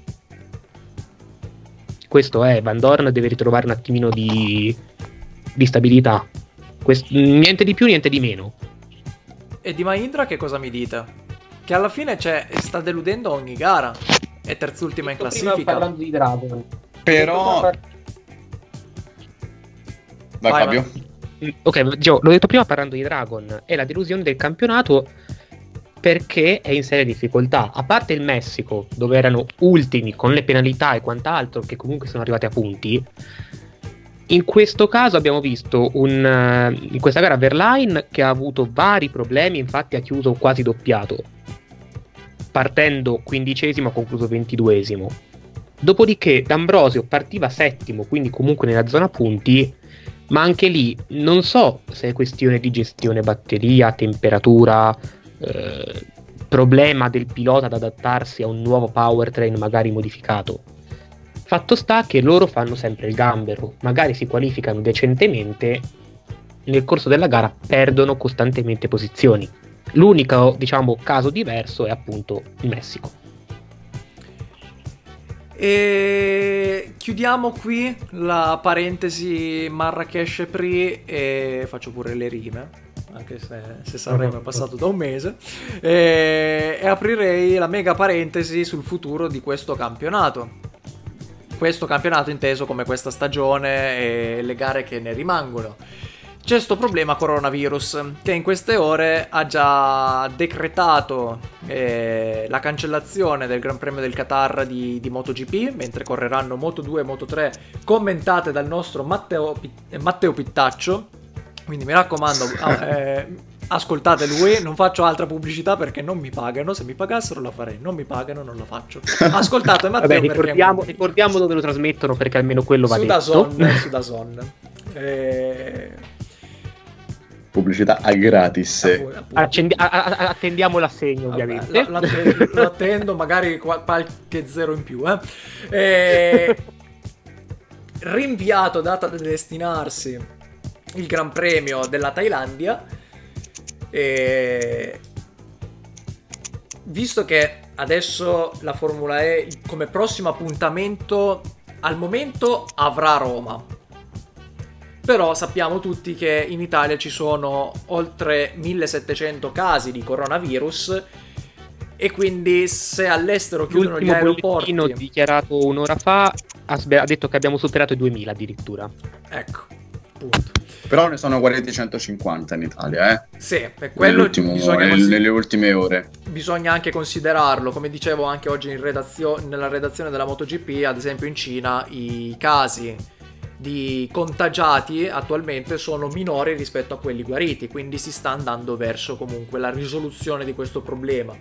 questo è, Vandoorne deve ritrovare un attimino di, di stabilità. Quest- niente di più, niente di meno. E di Mahindra che cosa mi dite? Che alla fine c'è, sta deludendo ogni gara, è terzultima in classifica. Prima parlando di Dragon, però par- vai, Vai, Fabio. ok, Gio, l'ho detto prima parlando di Dragon, è la delusione del campionato perché è in seria difficoltà. A parte il Messico, dove erano ultimi con le penalità e quant'altro, che comunque sono arrivati a punti, in questo caso abbiamo visto un, in questa gara Verlaine che ha avuto vari problemi, infatti ha chiuso quasi doppiato, partendo quindicesimo, ha concluso ventiduesimo. Dopodiché D'Ambrosio partiva settimo, quindi comunque nella zona punti, ma anche lì non so se è questione di gestione batteria, temperatura, eh, problema del pilota ad adattarsi a un nuovo powertrain magari modificato. Fatto sta che loro fanno sempre il gambero, magari si qualificano decentemente, nel corso della gara perdono costantemente posizioni. L'unico, diciamo, caso diverso è appunto il Messico. E chiudiamo qui la parentesi Marrakesh Prix e faccio pure le rime, anche se, se Sanremo è passato da un mese, e, e aprirei la mega parentesi sul futuro di questo campionato. Questo campionato inteso come questa stagione e le gare che ne rimangono. c'è sto problema coronavirus che in queste ore ha già decretato eh, la cancellazione del Gran Premio del Qatar di, di MotoGP, mentre correranno Moto due e Moto tre commentate dal nostro Matteo, Matteo Pittaccio. Quindi mi raccomando, eh, ascoltate lui, non faccio altra pubblicità perché non mi pagano, se mi pagassero la farei, non mi pagano, non la faccio. Ascoltate Matteo. Vabbè, ricordiamo, perché... ricordiamo dove lo trasmettono perché almeno quello va su detto. DAZN, su DAZN. Eh... Pubblicità a gratis. Accendi- a- a- attendiamo l'assegno, ovviamente. Vabbè, la, lo attendo, magari qualche zero in più. Eh. E... rinviato, data da destinarsi, il Gran Premio della Thailandia. E... visto che adesso la Formula E come prossimo appuntamento al momento avrà Roma. Però sappiamo tutti che in Italia ci sono oltre millesettecento casi di coronavirus e quindi se all'estero chiudono gli aeroporti... L'ultimo bollettino dichiarato un'ora fa ha, ha detto che abbiamo superato i duemila addirittura. Ecco, punto. Però ne sono guariti centocinquanta in Italia, eh? Sì, per quello bisogna nel, nelle ultime ore. Bisogna anche considerarlo, come dicevo anche oggi in redazio- nella redazione della MotoGP, ad esempio in Cina i casi di contagiati attualmente sono minori rispetto a quelli guariti, quindi si sta andando verso comunque la risoluzione di questo problema.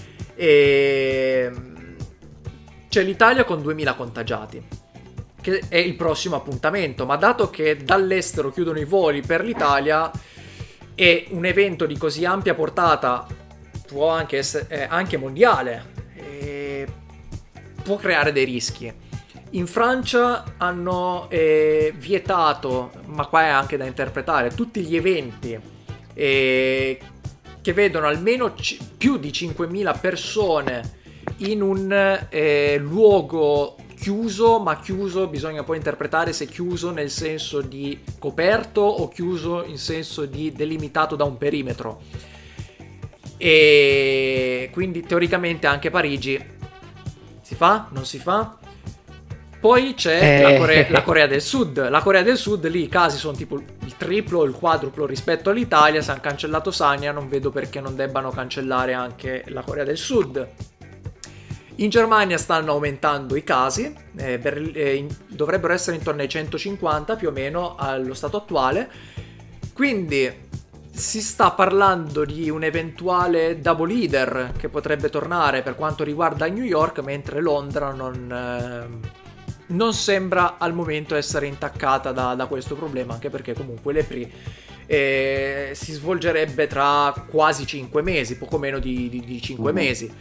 E c'è l'Italia con duemila contagiati, che è il prossimo appuntamento, ma dato che dall'estero chiudono i voli per l'Italia e un evento di così ampia portata può anche essere eh, anche mondiale, eh, può creare dei rischi. In Francia hanno eh, vietato, ma qua è anche da interpretare, tutti gli eventi eh, che vedono almeno c- più di cinquemila persone in un eh, luogo chiuso, ma chiuso bisogna poi interpretare se chiuso nel senso di coperto o chiuso in senso di delimitato da un perimetro. E quindi teoricamente anche Parigi si fa? Non si fa? Poi c'è eh. la, Corea, la Corea del Sud. La Corea del Sud, lì i casi sono tipo il triplo o il quadruplo rispetto all'Italia. Se hanno cancellato Sanya, non vedo perché non debbano cancellare anche la Corea del Sud. In Germania stanno aumentando i casi, eh, per, eh, in, dovrebbero essere intorno ai centocinquanta più o meno allo stato attuale. Quindi si sta parlando di un eventuale double header che potrebbe tornare per quanto riguarda New York, mentre Londra non... Eh, non sembra al momento essere intaccata da, da questo problema, anche perché comunque l'E P R I eh, si svolgerebbe tra quasi cinque mesi, poco meno di, di, di cinque uh-huh. mesi.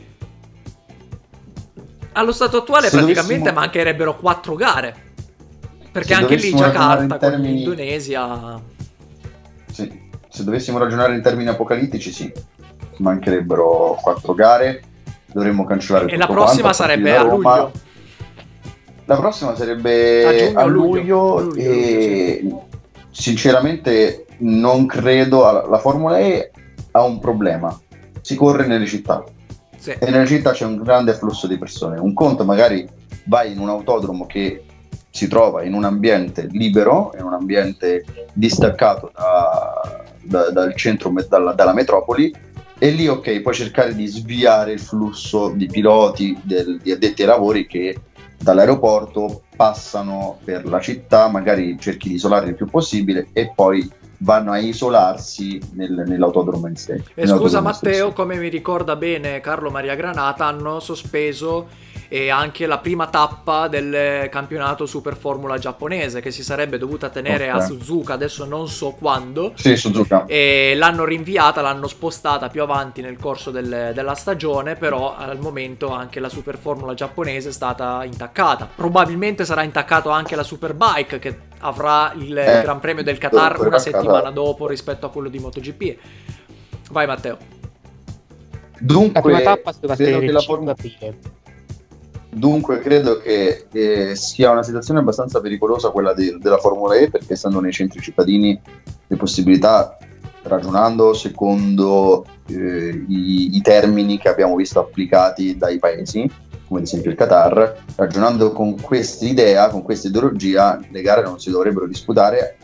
Allo stato attuale se praticamente dovessimo... mancherebbero quattro gare, perché se anche lì Giacarta con termini... l'Indonesia... Sì. Se dovessimo ragionare in termini apocalittici, sì, mancherebbero quattro gare, dovremmo cancellare e tutto. E la prossima quanto, sarebbe a luglio. La prossima sarebbe a, giugno, a luglio, luglio e luglio, sì. Sinceramente non credo. La Formula E ha un problema: si corre nelle città, sì. E nelle città c'è un grande afflusso di persone. Un conto magari vai in un autodromo che si trova in un ambiente libero, in un ambiente distaccato da, da, dal centro, dalla, dalla metropoli, e lì ok, puoi cercare di sviare il flusso di piloti, del, di addetti ai lavori che dall'aeroporto passano per la città, magari cerchi di isolarli il più possibile e poi vanno a isolarsi nel, nell'autodromo in sé. E scusa Matteo, stesso. Come mi ricorda bene Carlo Maria Granata, hanno sospeso e anche la prima tappa del campionato Super Formula giapponese che si sarebbe dovuta tenere okay. a Suzuka, adesso non so quando. Sì, Suzuka. E l'hanno rinviata, l'hanno spostata più avanti nel corso del, della stagione, però al momento anche la Super Formula giapponese è stata intaccata. Probabilmente sarà intaccato anche la Superbike che avrà il eh, Gran Premio del Qatar una settimana dopo rispetto a quello di MotoGP. Vai Matteo. Dunque, la prima tappa si doveva tenere il cinque aprile. Dunque credo che eh, sia una situazione abbastanza pericolosa quella de- della Formula E, perché essendo nei centri cittadini le possibilità, ragionando secondo eh, i-, i termini che abbiamo visto applicati dai paesi, come ad esempio il Qatar, ragionando con questa idea, con questa ideologia, le gare non si dovrebbero disputare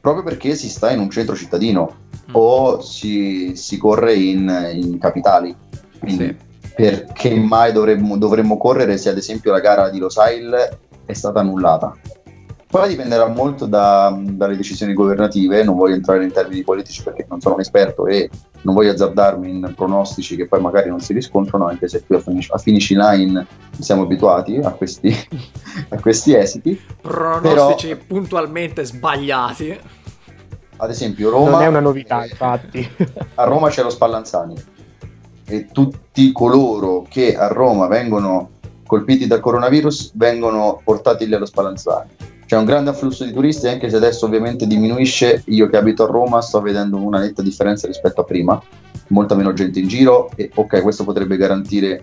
proprio perché si sta in un centro cittadino mm. o si, si corre in, in capitali. Quindi sì. Perché mai dovremmo, dovremmo correre se ad esempio la gara di Losail è stata annullata? Poi dipenderà molto da, dalle decisioni governative, non voglio entrare in termini politici perché non sono un esperto e non voglio azzardarmi in pronostici che poi magari non si riscontrano, anche se qui a Finish, a Finish Line siamo abituati a questi, a questi esiti. Pronostici però, puntualmente sbagliati. Ad esempio Roma... Non è una novità, infatti. A Roma c'è lo Spallanzani e tutti coloro che a Roma vengono colpiti dal coronavirus vengono portati lì allo Spallanzani. C'è un grande afflusso di turisti, anche se adesso ovviamente diminuisce. Io che abito a Roma sto vedendo una netta differenza rispetto a prima, molta meno gente in giro e ok, questo potrebbe garantire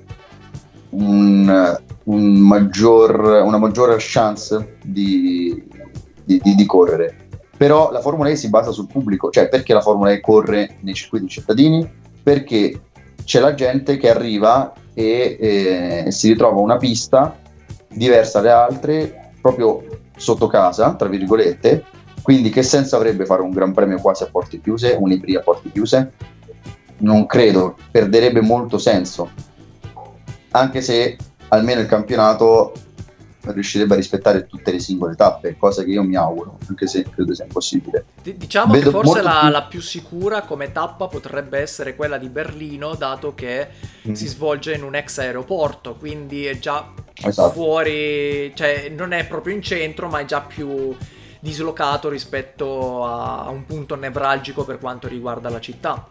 un, un maggior, una maggiore chance di, di, di, di correre. Però la Formula E si basa sul pubblico, cioè perché la Formula E corre nei circuiti cittadini? Perché c'è la gente che arriva e eh, si ritrova una pista diversa dalle altre proprio sotto casa, tra virgolette, quindi che senso avrebbe fare un Gran Premio quasi a porte chiuse, un I P R I a porte chiuse? Non credo, perderebbe molto senso, anche se almeno il campionato riuscirebbe a rispettare tutte le singole tappe, cosa che io mi auguro, anche se credo sia impossibile. D- diciamo Vedo che forse la più... la più sicura come tappa potrebbe essere quella di Berlino, dato che mm. si svolge in un ex aeroporto, quindi è già esatto. fuori, cioè non è proprio in centro, ma è già più dislocato rispetto a un punto nevralgico per quanto riguarda la città.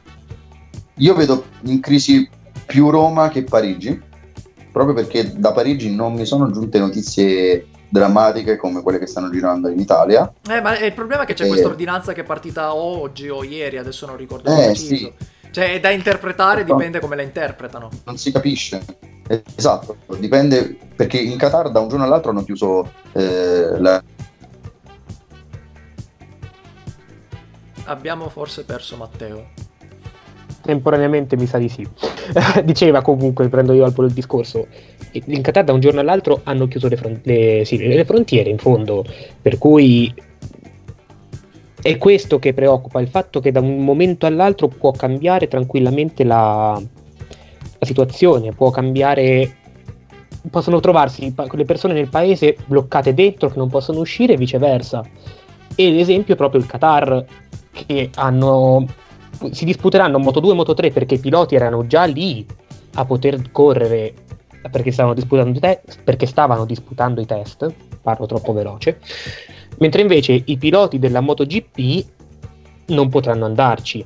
Io vedo in crisi più Roma che Parigi, proprio perché da Parigi non mi sono giunte notizie drammatiche come quelle che stanno girando in Italia. Eh, ma il problema è che c'è e... questa ordinanza che è partita oggi o ieri, adesso non ricordo eh, sì. Cioè è da interpretare, no. Dipende come la interpretano. Non si capisce. Esatto, dipende, perché in Qatar da un giorno all'altro hanno chiuso eh, la... Abbiamo forse perso Matteo. Temporaneamente mi sa di sì. Diceva comunque, prendo io al volo il discorso, in Qatar da un giorno all'altro hanno chiuso le, front- le, sì, le frontiere in fondo, per cui è questo che preoccupa, il fatto che da un momento all'altro può cambiare tranquillamente la, la situazione, può cambiare, possono trovarsi le persone nel paese bloccate dentro che non possono uscire e viceversa. E l'esempio è proprio il Qatar, che hanno si disputeranno Moto due e Moto tre perché i piloti erano già lì a poter correre perché stavano disputando i te- perché stavano disputando i test, parlo troppo veloce, mentre invece i piloti della MotoGP non potranno andarci.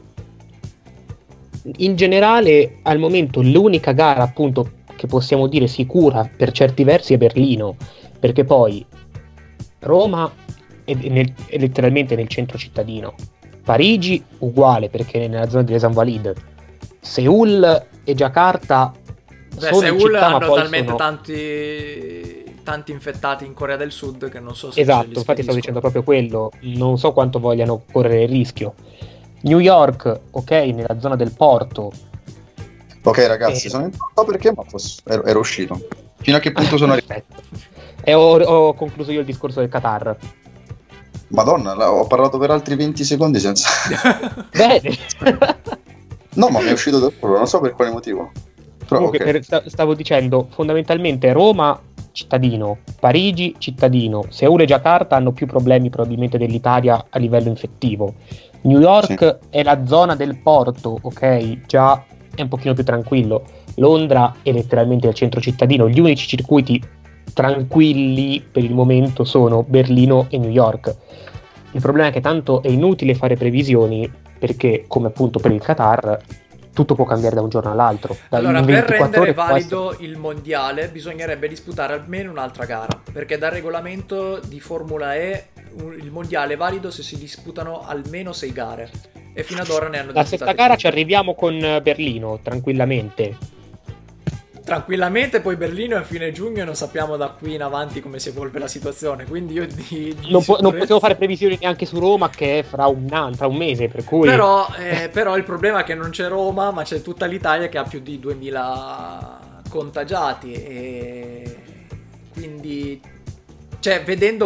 In generale, al momento l'unica gara appunto che possiamo dire sicura per certi versi è Berlino, perché poi Roma è, nel, è letteralmente nel centro cittadino, Parigi uguale perché è nella zona di Les Invalides, Seul e Giacarta Beh, sono Seul in città, hanno ma poi talmente sono... tanti tanti infettati in Corea del Sud che non so se esatto, infatti stavo dicendo proprio quello, non so quanto vogliano correre il rischio. New York, ok, nella zona del porto. Ok ragazzi, e... sono... non so perché ma fosse... ero, ero uscito. Fino a che punto sono arrivato? E ho, ho concluso io il discorso del Qatar. Madonna, ho parlato per altri venti secondi senza... Bene! No, ma mi è uscito da solo, non so per quale motivo. Però, Comunque, okay. per, stavo dicendo, fondamentalmente Roma cittadino, Parigi cittadino, Seul e Giacarta hanno più problemi probabilmente dell'Italia a livello infettivo. New York sì. È la zona del porto, ok, già è un pochino più tranquillo. Londra è letteralmente il centro cittadino, gli unici circuiti tranquilli per il momento sono Berlino e New York. Il problema è che tanto è inutile fare previsioni perché, come appunto per il Qatar, tutto può cambiare da un giorno all'altro. Da allora, per rendere valido essere... il mondiale bisognerebbe disputare almeno un'altra gara, perché dal regolamento di Formula E il mondiale è valido se si disputano almeno sei gare e fino ad ora ne hanno disputate la sesta gara ci arriviamo con Berlino tranquillamente tranquillamente poi Berlino è a fine giugno e non sappiamo da qui in avanti come si evolve la situazione, quindi io di, di non, po- non possiamo fare previsioni neanche su Roma che è fra un anno, tra un mese, per cui però, eh, però il problema è che non c'è Roma ma c'è tutta l'Italia che ha più di duemila contagiati e quindi cioè vedendo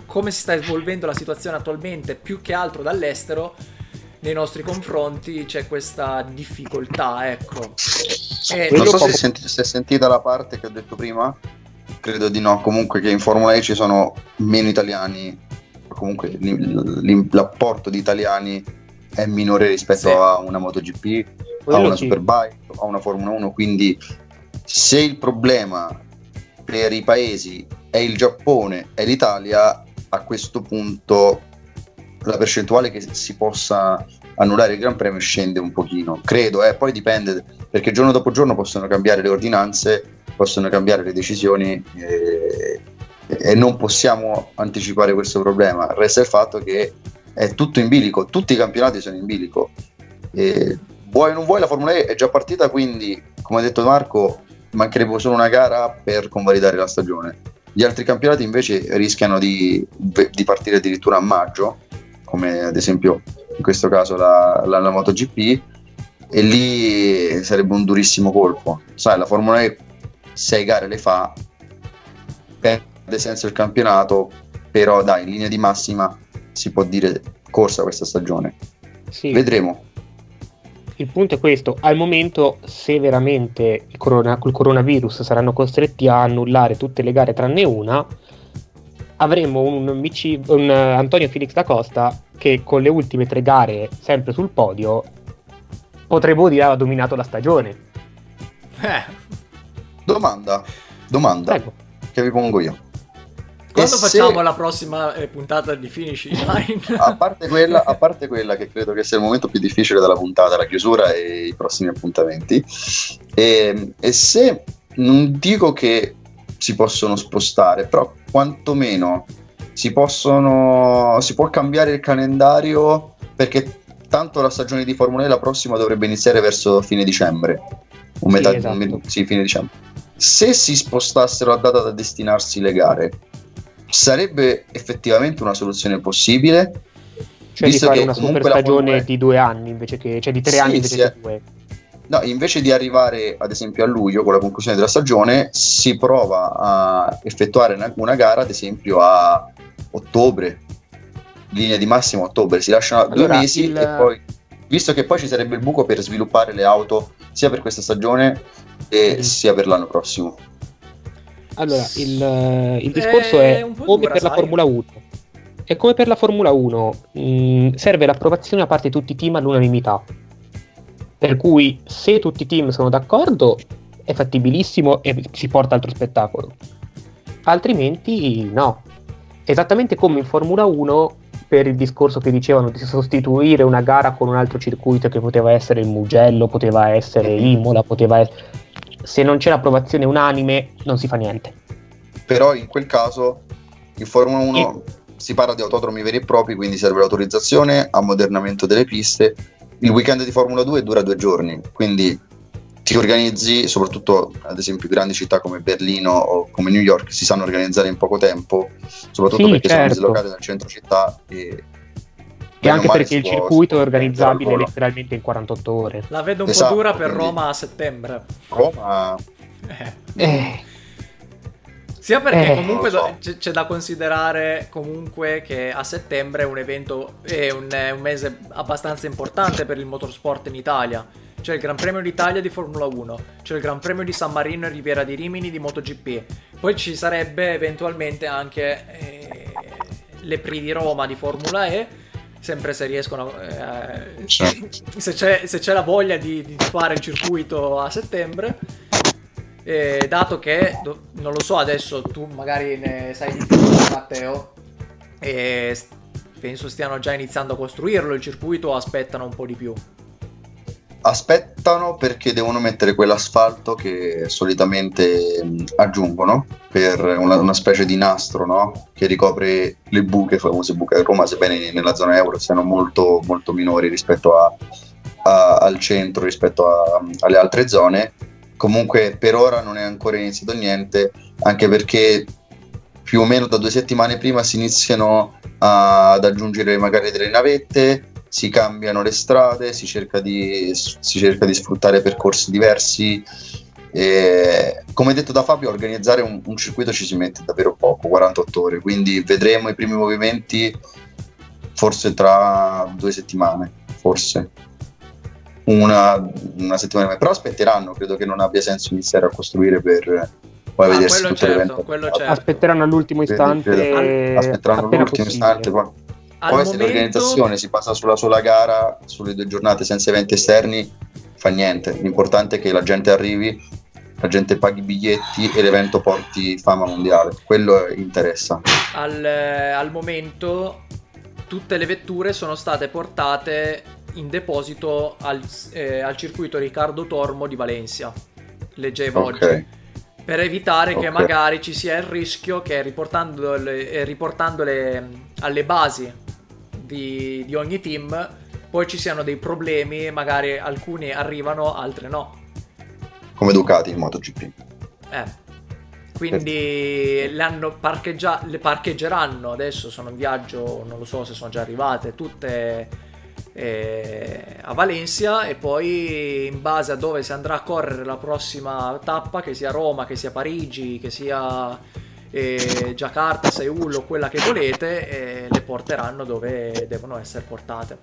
come si sta evolvendo la situazione attualmente, più che altro dall'estero, nei nostri confronti c'è questa difficoltà, ecco. E non so se senti, se sentita la parte che ho detto prima, credo di no, comunque che in Formula E ci sono meno italiani, comunque l'apporto di italiani è minore rispetto sì. a una MotoGP, a una sì. Superbike, a una Formula uno, quindi se il problema per i paesi è il Giappone e l'Italia, a questo punto la percentuale che si possa annullare il Gran Premio scende un pochino, credo, eh, poi dipende, perché giorno dopo giorno possono cambiare le ordinanze, possono cambiare le decisioni e, e non possiamo anticipare questo problema. Resta il fatto che è tutto in bilico, tutti i campionati sono in bilico, e vuoi o non vuoi la Formula E è già partita, quindi come ha detto Marco mancherebbe solo una gara per convalidare la stagione. Gli altri campionati invece rischiano di, di partire addirittura a maggio, come ad esempio in questo caso la, la, la MotoGP, e lì sarebbe un durissimo colpo. Sai, la Formula E sei gare le fa, perde senza il campionato, però dai, in linea di massima si può dire corsa questa stagione. Sì. Vedremo. Il punto è questo: al momento, se veramente il corona, col coronavirus saranno costretti a annullare tutte le gare tranne una, avremo un, M C, un Antonio Felix da Costa che con le ultime tre gare sempre sul podio potremmo dire ha dominato la stagione. Eh. Domanda, domanda Prego. Che vi pongo io. Quando e facciamo se... la prossima eh, puntata di Finish Line? a, parte quella, a parte quella che credo che sia il momento più difficile della puntata, la chiusura e i prossimi appuntamenti, e, e se non dico che si possono spostare, però quantomeno si possono si può cambiare il calendario, perché tanto la stagione di Formula E la prossima dovrebbe iniziare verso fine dicembre o metà, sì, esatto. sì, fine dicembre. Se si spostassero la data da destinarsi le gare, sarebbe effettivamente una soluzione possibile, cioè visto di fare che una super stagione di due anni invece che, cioè di tre sì, anni invece che due. No, invece di arrivare ad esempio a luglio con la conclusione della stagione, si prova a effettuare una, una gara ad esempio a ottobre, linea di massimo ottobre, si lasciano allora, due mesi il... e poi, visto che poi ci sarebbe il buco per sviluppare le auto sia per questa stagione e mm. sia per l'anno prossimo. Allora, il, il discorso è, è come dura, per sai. la Formula uno. È come per la Formula uno, mh, serve l'approvazione da parte di tutti i team all'unanimità. Per cui se tutti i team sono d'accordo è fattibilissimo e si porta altro spettacolo. Altrimenti no. Esattamente come in Formula uno, per il discorso che dicevano di sostituire una gara con un altro circuito che poteva essere il Mugello, poteva essere Imola, poteva essere... Se non c'è l'approvazione unanime non si fa niente. Però in quel caso in Formula uno e... si parla di autodromi veri e propri, quindi serve l'autorizzazione, ammodernamento delle piste. Il weekend di Formula due dura due giorni, quindi ti organizzi, soprattutto ad esempio grandi città come Berlino o come New York si sanno organizzare in poco tempo, soprattutto sì, perché certo. sono dislocate dal centro città e, e anche perché il circuito è organizzabile letteralmente in quarantotto ore. La vedo un esatto, po' dura per quindi... Roma a settembre. Roma eh. Eh. Sia perché eh, comunque so. c- c'è da considerare comunque che a settembre è un evento, è un, è un mese abbastanza importante per il motorsport in Italia. C'è il Gran Premio d'Italia di Formula uno, c'è il Gran Premio di San Marino e Riviera di Rimini di MotoGP, poi ci sarebbe eventualmente anche eh, le Prix di Roma di Formula E, sempre se riescono eh, se, c'è, se c'è la voglia di, di fare il circuito a settembre. Eh, dato che, non lo so, adesso tu magari ne sai di più, Matteo, e penso stiano già iniziando a costruirlo il circuito, o aspettano un po' di più? Aspettano perché devono mettere quell'asfalto che solitamente mh, aggiungono per una, una specie di nastro, no? Che ricopre le buche, famose buche a Roma, sebbene nella zona euro siano molto, molto minori rispetto a, a, al centro, rispetto a, alle altre zone. Comunque per ora non è ancora iniziato niente, anche perché più o meno da due settimane prima si iniziano a, ad aggiungere magari delle navette, si cambiano le strade, si cerca di, si cerca di sfruttare percorsi diversi. E, come detto da Fabio, organizzare un, un circuito ci si mette davvero poco, dopo quarantotto ore, quindi vedremo i primi movimenti forse tra due settimane, forse una, una settimana, però aspetteranno, credo che non abbia senso iniziare a costruire per poi ah, vedersi quello tutto certo, l'evento. quello certo. Aspetteranno all'ultimo istante, Credo, aspetteranno appena all'ultimo possibile. istante, poi, poi se momento... l'organizzazione si passa sulla sola gara, sulle due giornate senza eventi esterni, fa niente, l'importante è che la gente arrivi, la gente paghi i biglietti e l'evento porti fama mondiale, quello interessa. Al, al momento tutte le vetture sono state portate in deposito al, eh, al circuito Riccardo Tormo di Valencia, leggevo Okay. oggi, per evitare Ok. che magari ci sia il rischio che riportandole, eh, riportandole alle basi di, di ogni team poi ci siano dei problemi, magari alcuni arrivano, altre no. Come Ducati in MotoGP. Eh, quindi le, hanno parcheggia- le parcheggeranno, adesso sono in viaggio, non lo so se sono già arrivate, tutte eh, a Valencia, e poi in base a dove si andrà a correre la prossima tappa, che sia Roma, che sia Parigi, che sia eh, Giacarta, Seul o quella che volete, eh, le porteranno dove devono essere portate.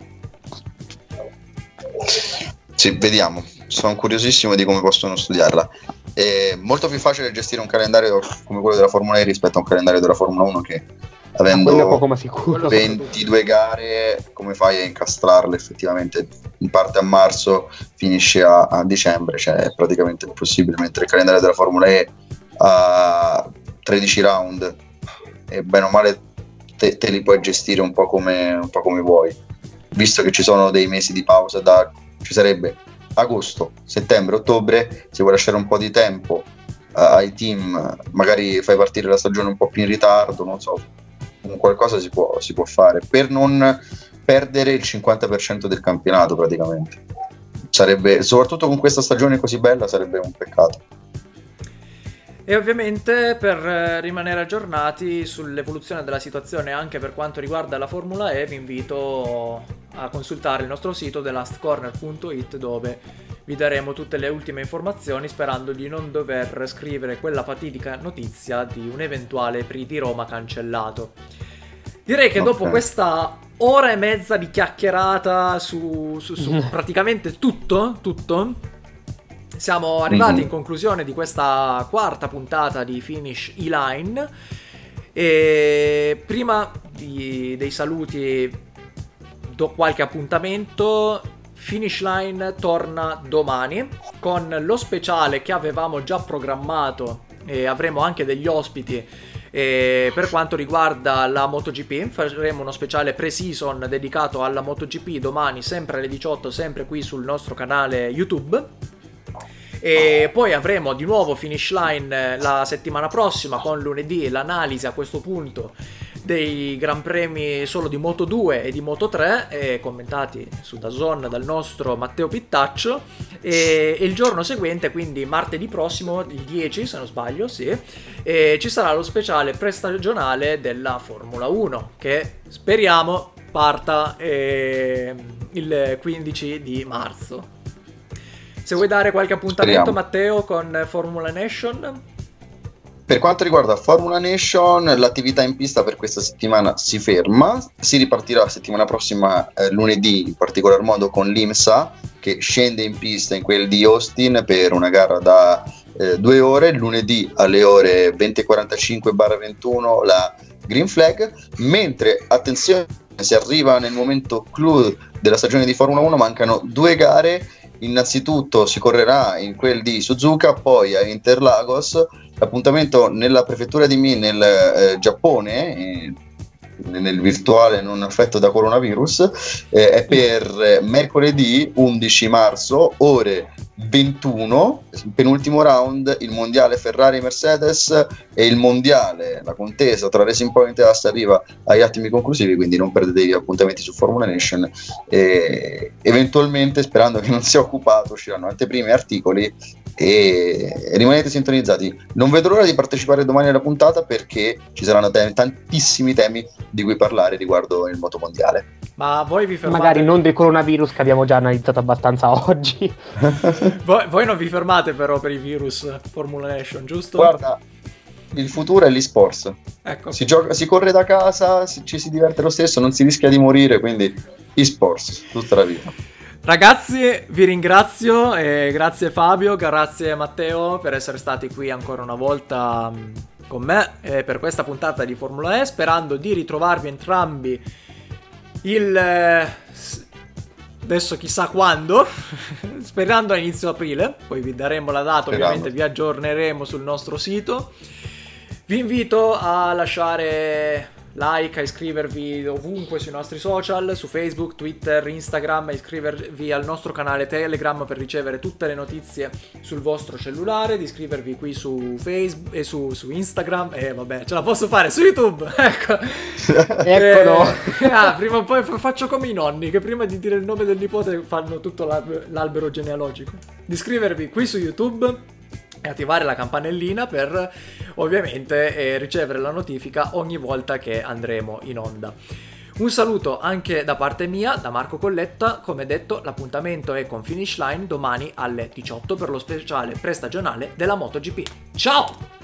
Sì, vediamo, sono curiosissimo di come possono studiarla. È molto più facile gestire un calendario come quello della Formula E rispetto a un calendario della Formula uno che, Quello è poco avendo ma sicuro. ventidue gare, come fai a incastrarle effettivamente? In parte a marzo, finisce a, a dicembre, cioè è praticamente impossibile, mentre il calendario della Formula E ha tredici round e bene o male te, te li puoi gestire un po' come, un po' come vuoi, visto che ci sono dei mesi di pausa, da, ci sarebbe agosto, settembre, ottobre, si vuole lasciare un po' di tempo uh, ai team, magari fai partire la stagione un po' più in ritardo, non so, qualcosa si può, si può fare per non perdere il cinquanta per cento del campionato praticamente. Sarebbe, soprattutto con questa stagione così bella, sarebbe un peccato. E ovviamente per rimanere aggiornati sull'evoluzione della situazione anche per quanto riguarda la Formula E, vi invito a consultare il nostro sito the last corner punto it, dove vi daremo tutte le ultime informazioni, sperando di non dover scrivere quella fatidica notizia di un eventuale Prix di Roma cancellato. Direi che Okay. dopo questa ora e mezza di chiacchierata su, su, su praticamente tutto, tutto, siamo arrivati Mhm. in conclusione di questa quarta puntata di Finish E-Line. E prima di- dei saluti do qualche appuntamento. Finish Line torna domani con lo speciale che avevamo già programmato, e avremo anche degli ospiti eh, per quanto riguarda la MotoGP. Faremo uno speciale pre-season dedicato alla MotoGP domani, sempre alle diciotto, sempre qui sul nostro canale YouTube. E poi avremo di nuovo Finish Line la settimana prossima, con lunedì l'analisi a questo punto dei Gran Premi solo di Moto due e di Moto tre, eh, commentati su DAZN dal nostro Matteo Pittaccio. E, e il giorno seguente, quindi martedì prossimo, il dieci se non sbaglio, sì, eh, ci sarà lo speciale prestagionale della Formula uno, che speriamo parta eh, il quindici di marzo. Se vuoi dare qualche appuntamento, Speriamo. Matteo, con Formula Nation? Per quanto riguarda Formula Nation, l'attività in pista per questa settimana si ferma, si ripartirà la settimana prossima, eh, lunedì, in particolar modo con l'IMSA, che scende in pista in quel di Austin per una gara da eh, due ore, lunedì alle ore venti e quarantacinque ventuno la Green Flag, mentre, attenzione, si arriva nel momento clou della stagione di Formula uno, mancano due gare. Innanzitutto si correrà in quel di Suzuka, poi a Interlagos, l'appuntamento nella prefettura di Mie nel eh, Giappone, eh, nel virtuale non affetto da coronavirus, eh, è per eh, mercoledì undici marzo, ore ventuno, penultimo round, il mondiale Ferrari-Mercedes e il mondiale, la contesa tra Racing Point e Asta arriva agli attimi conclusivi, quindi non perdetevi appuntamenti su Formula Nation. E eventualmente, sperando che non sia occupato, usciranno anteprime e articoli, e rimanete sintonizzati. Non vedo l'ora di partecipare domani alla puntata, perché ci saranno te- tantissimi temi di cui parlare riguardo il motomondiale. Ma voi vi fermate? Magari non del coronavirus, che abbiamo già analizzato abbastanza oggi. Voi, voi non vi fermate però per i virus Formula Nation, giusto? Guarda, il futuro è l'e-sports. Ecco. Si gioca, si corre da casa, si, ci si diverte lo stesso, non si rischia di morire, quindi e-sports tutta la vita. Ragazzi, vi ringrazio, e grazie Fabio, grazie Matteo per essere stati qui ancora una volta con me eh, per questa puntata di Formula E, sperando di ritrovarvi entrambi il eh, adesso chissà quando sperando a inizio aprile, poi vi daremo la data, Sperando. Ovviamente vi aggiorneremo sul nostro sito. Vi invito a lasciare like, a iscrivervi ovunque sui nostri social, su Facebook, Twitter, Instagram, a iscrivervi al nostro canale Telegram per ricevere tutte le notizie sul vostro cellulare, di iscrivervi qui su Facebook e su, su Instagram e eh, vabbè, ce la posso fare su YouTube, ecco. Eccolo. Eh, ah, prima o poi faccio come i nonni che prima di dire il nome del nipote fanno tutto l'albero, l'albero genealogico. Di iscrivervi qui su YouTube e attivare la campanellina per ovviamente eh, ricevere la notifica ogni volta che andremo in onda. Un saluto anche da parte mia, da Marco Colletta. Come detto, l'appuntamento è con Finish Line domani alle diciotto per lo speciale prestagionale della MotoGP. Ciao!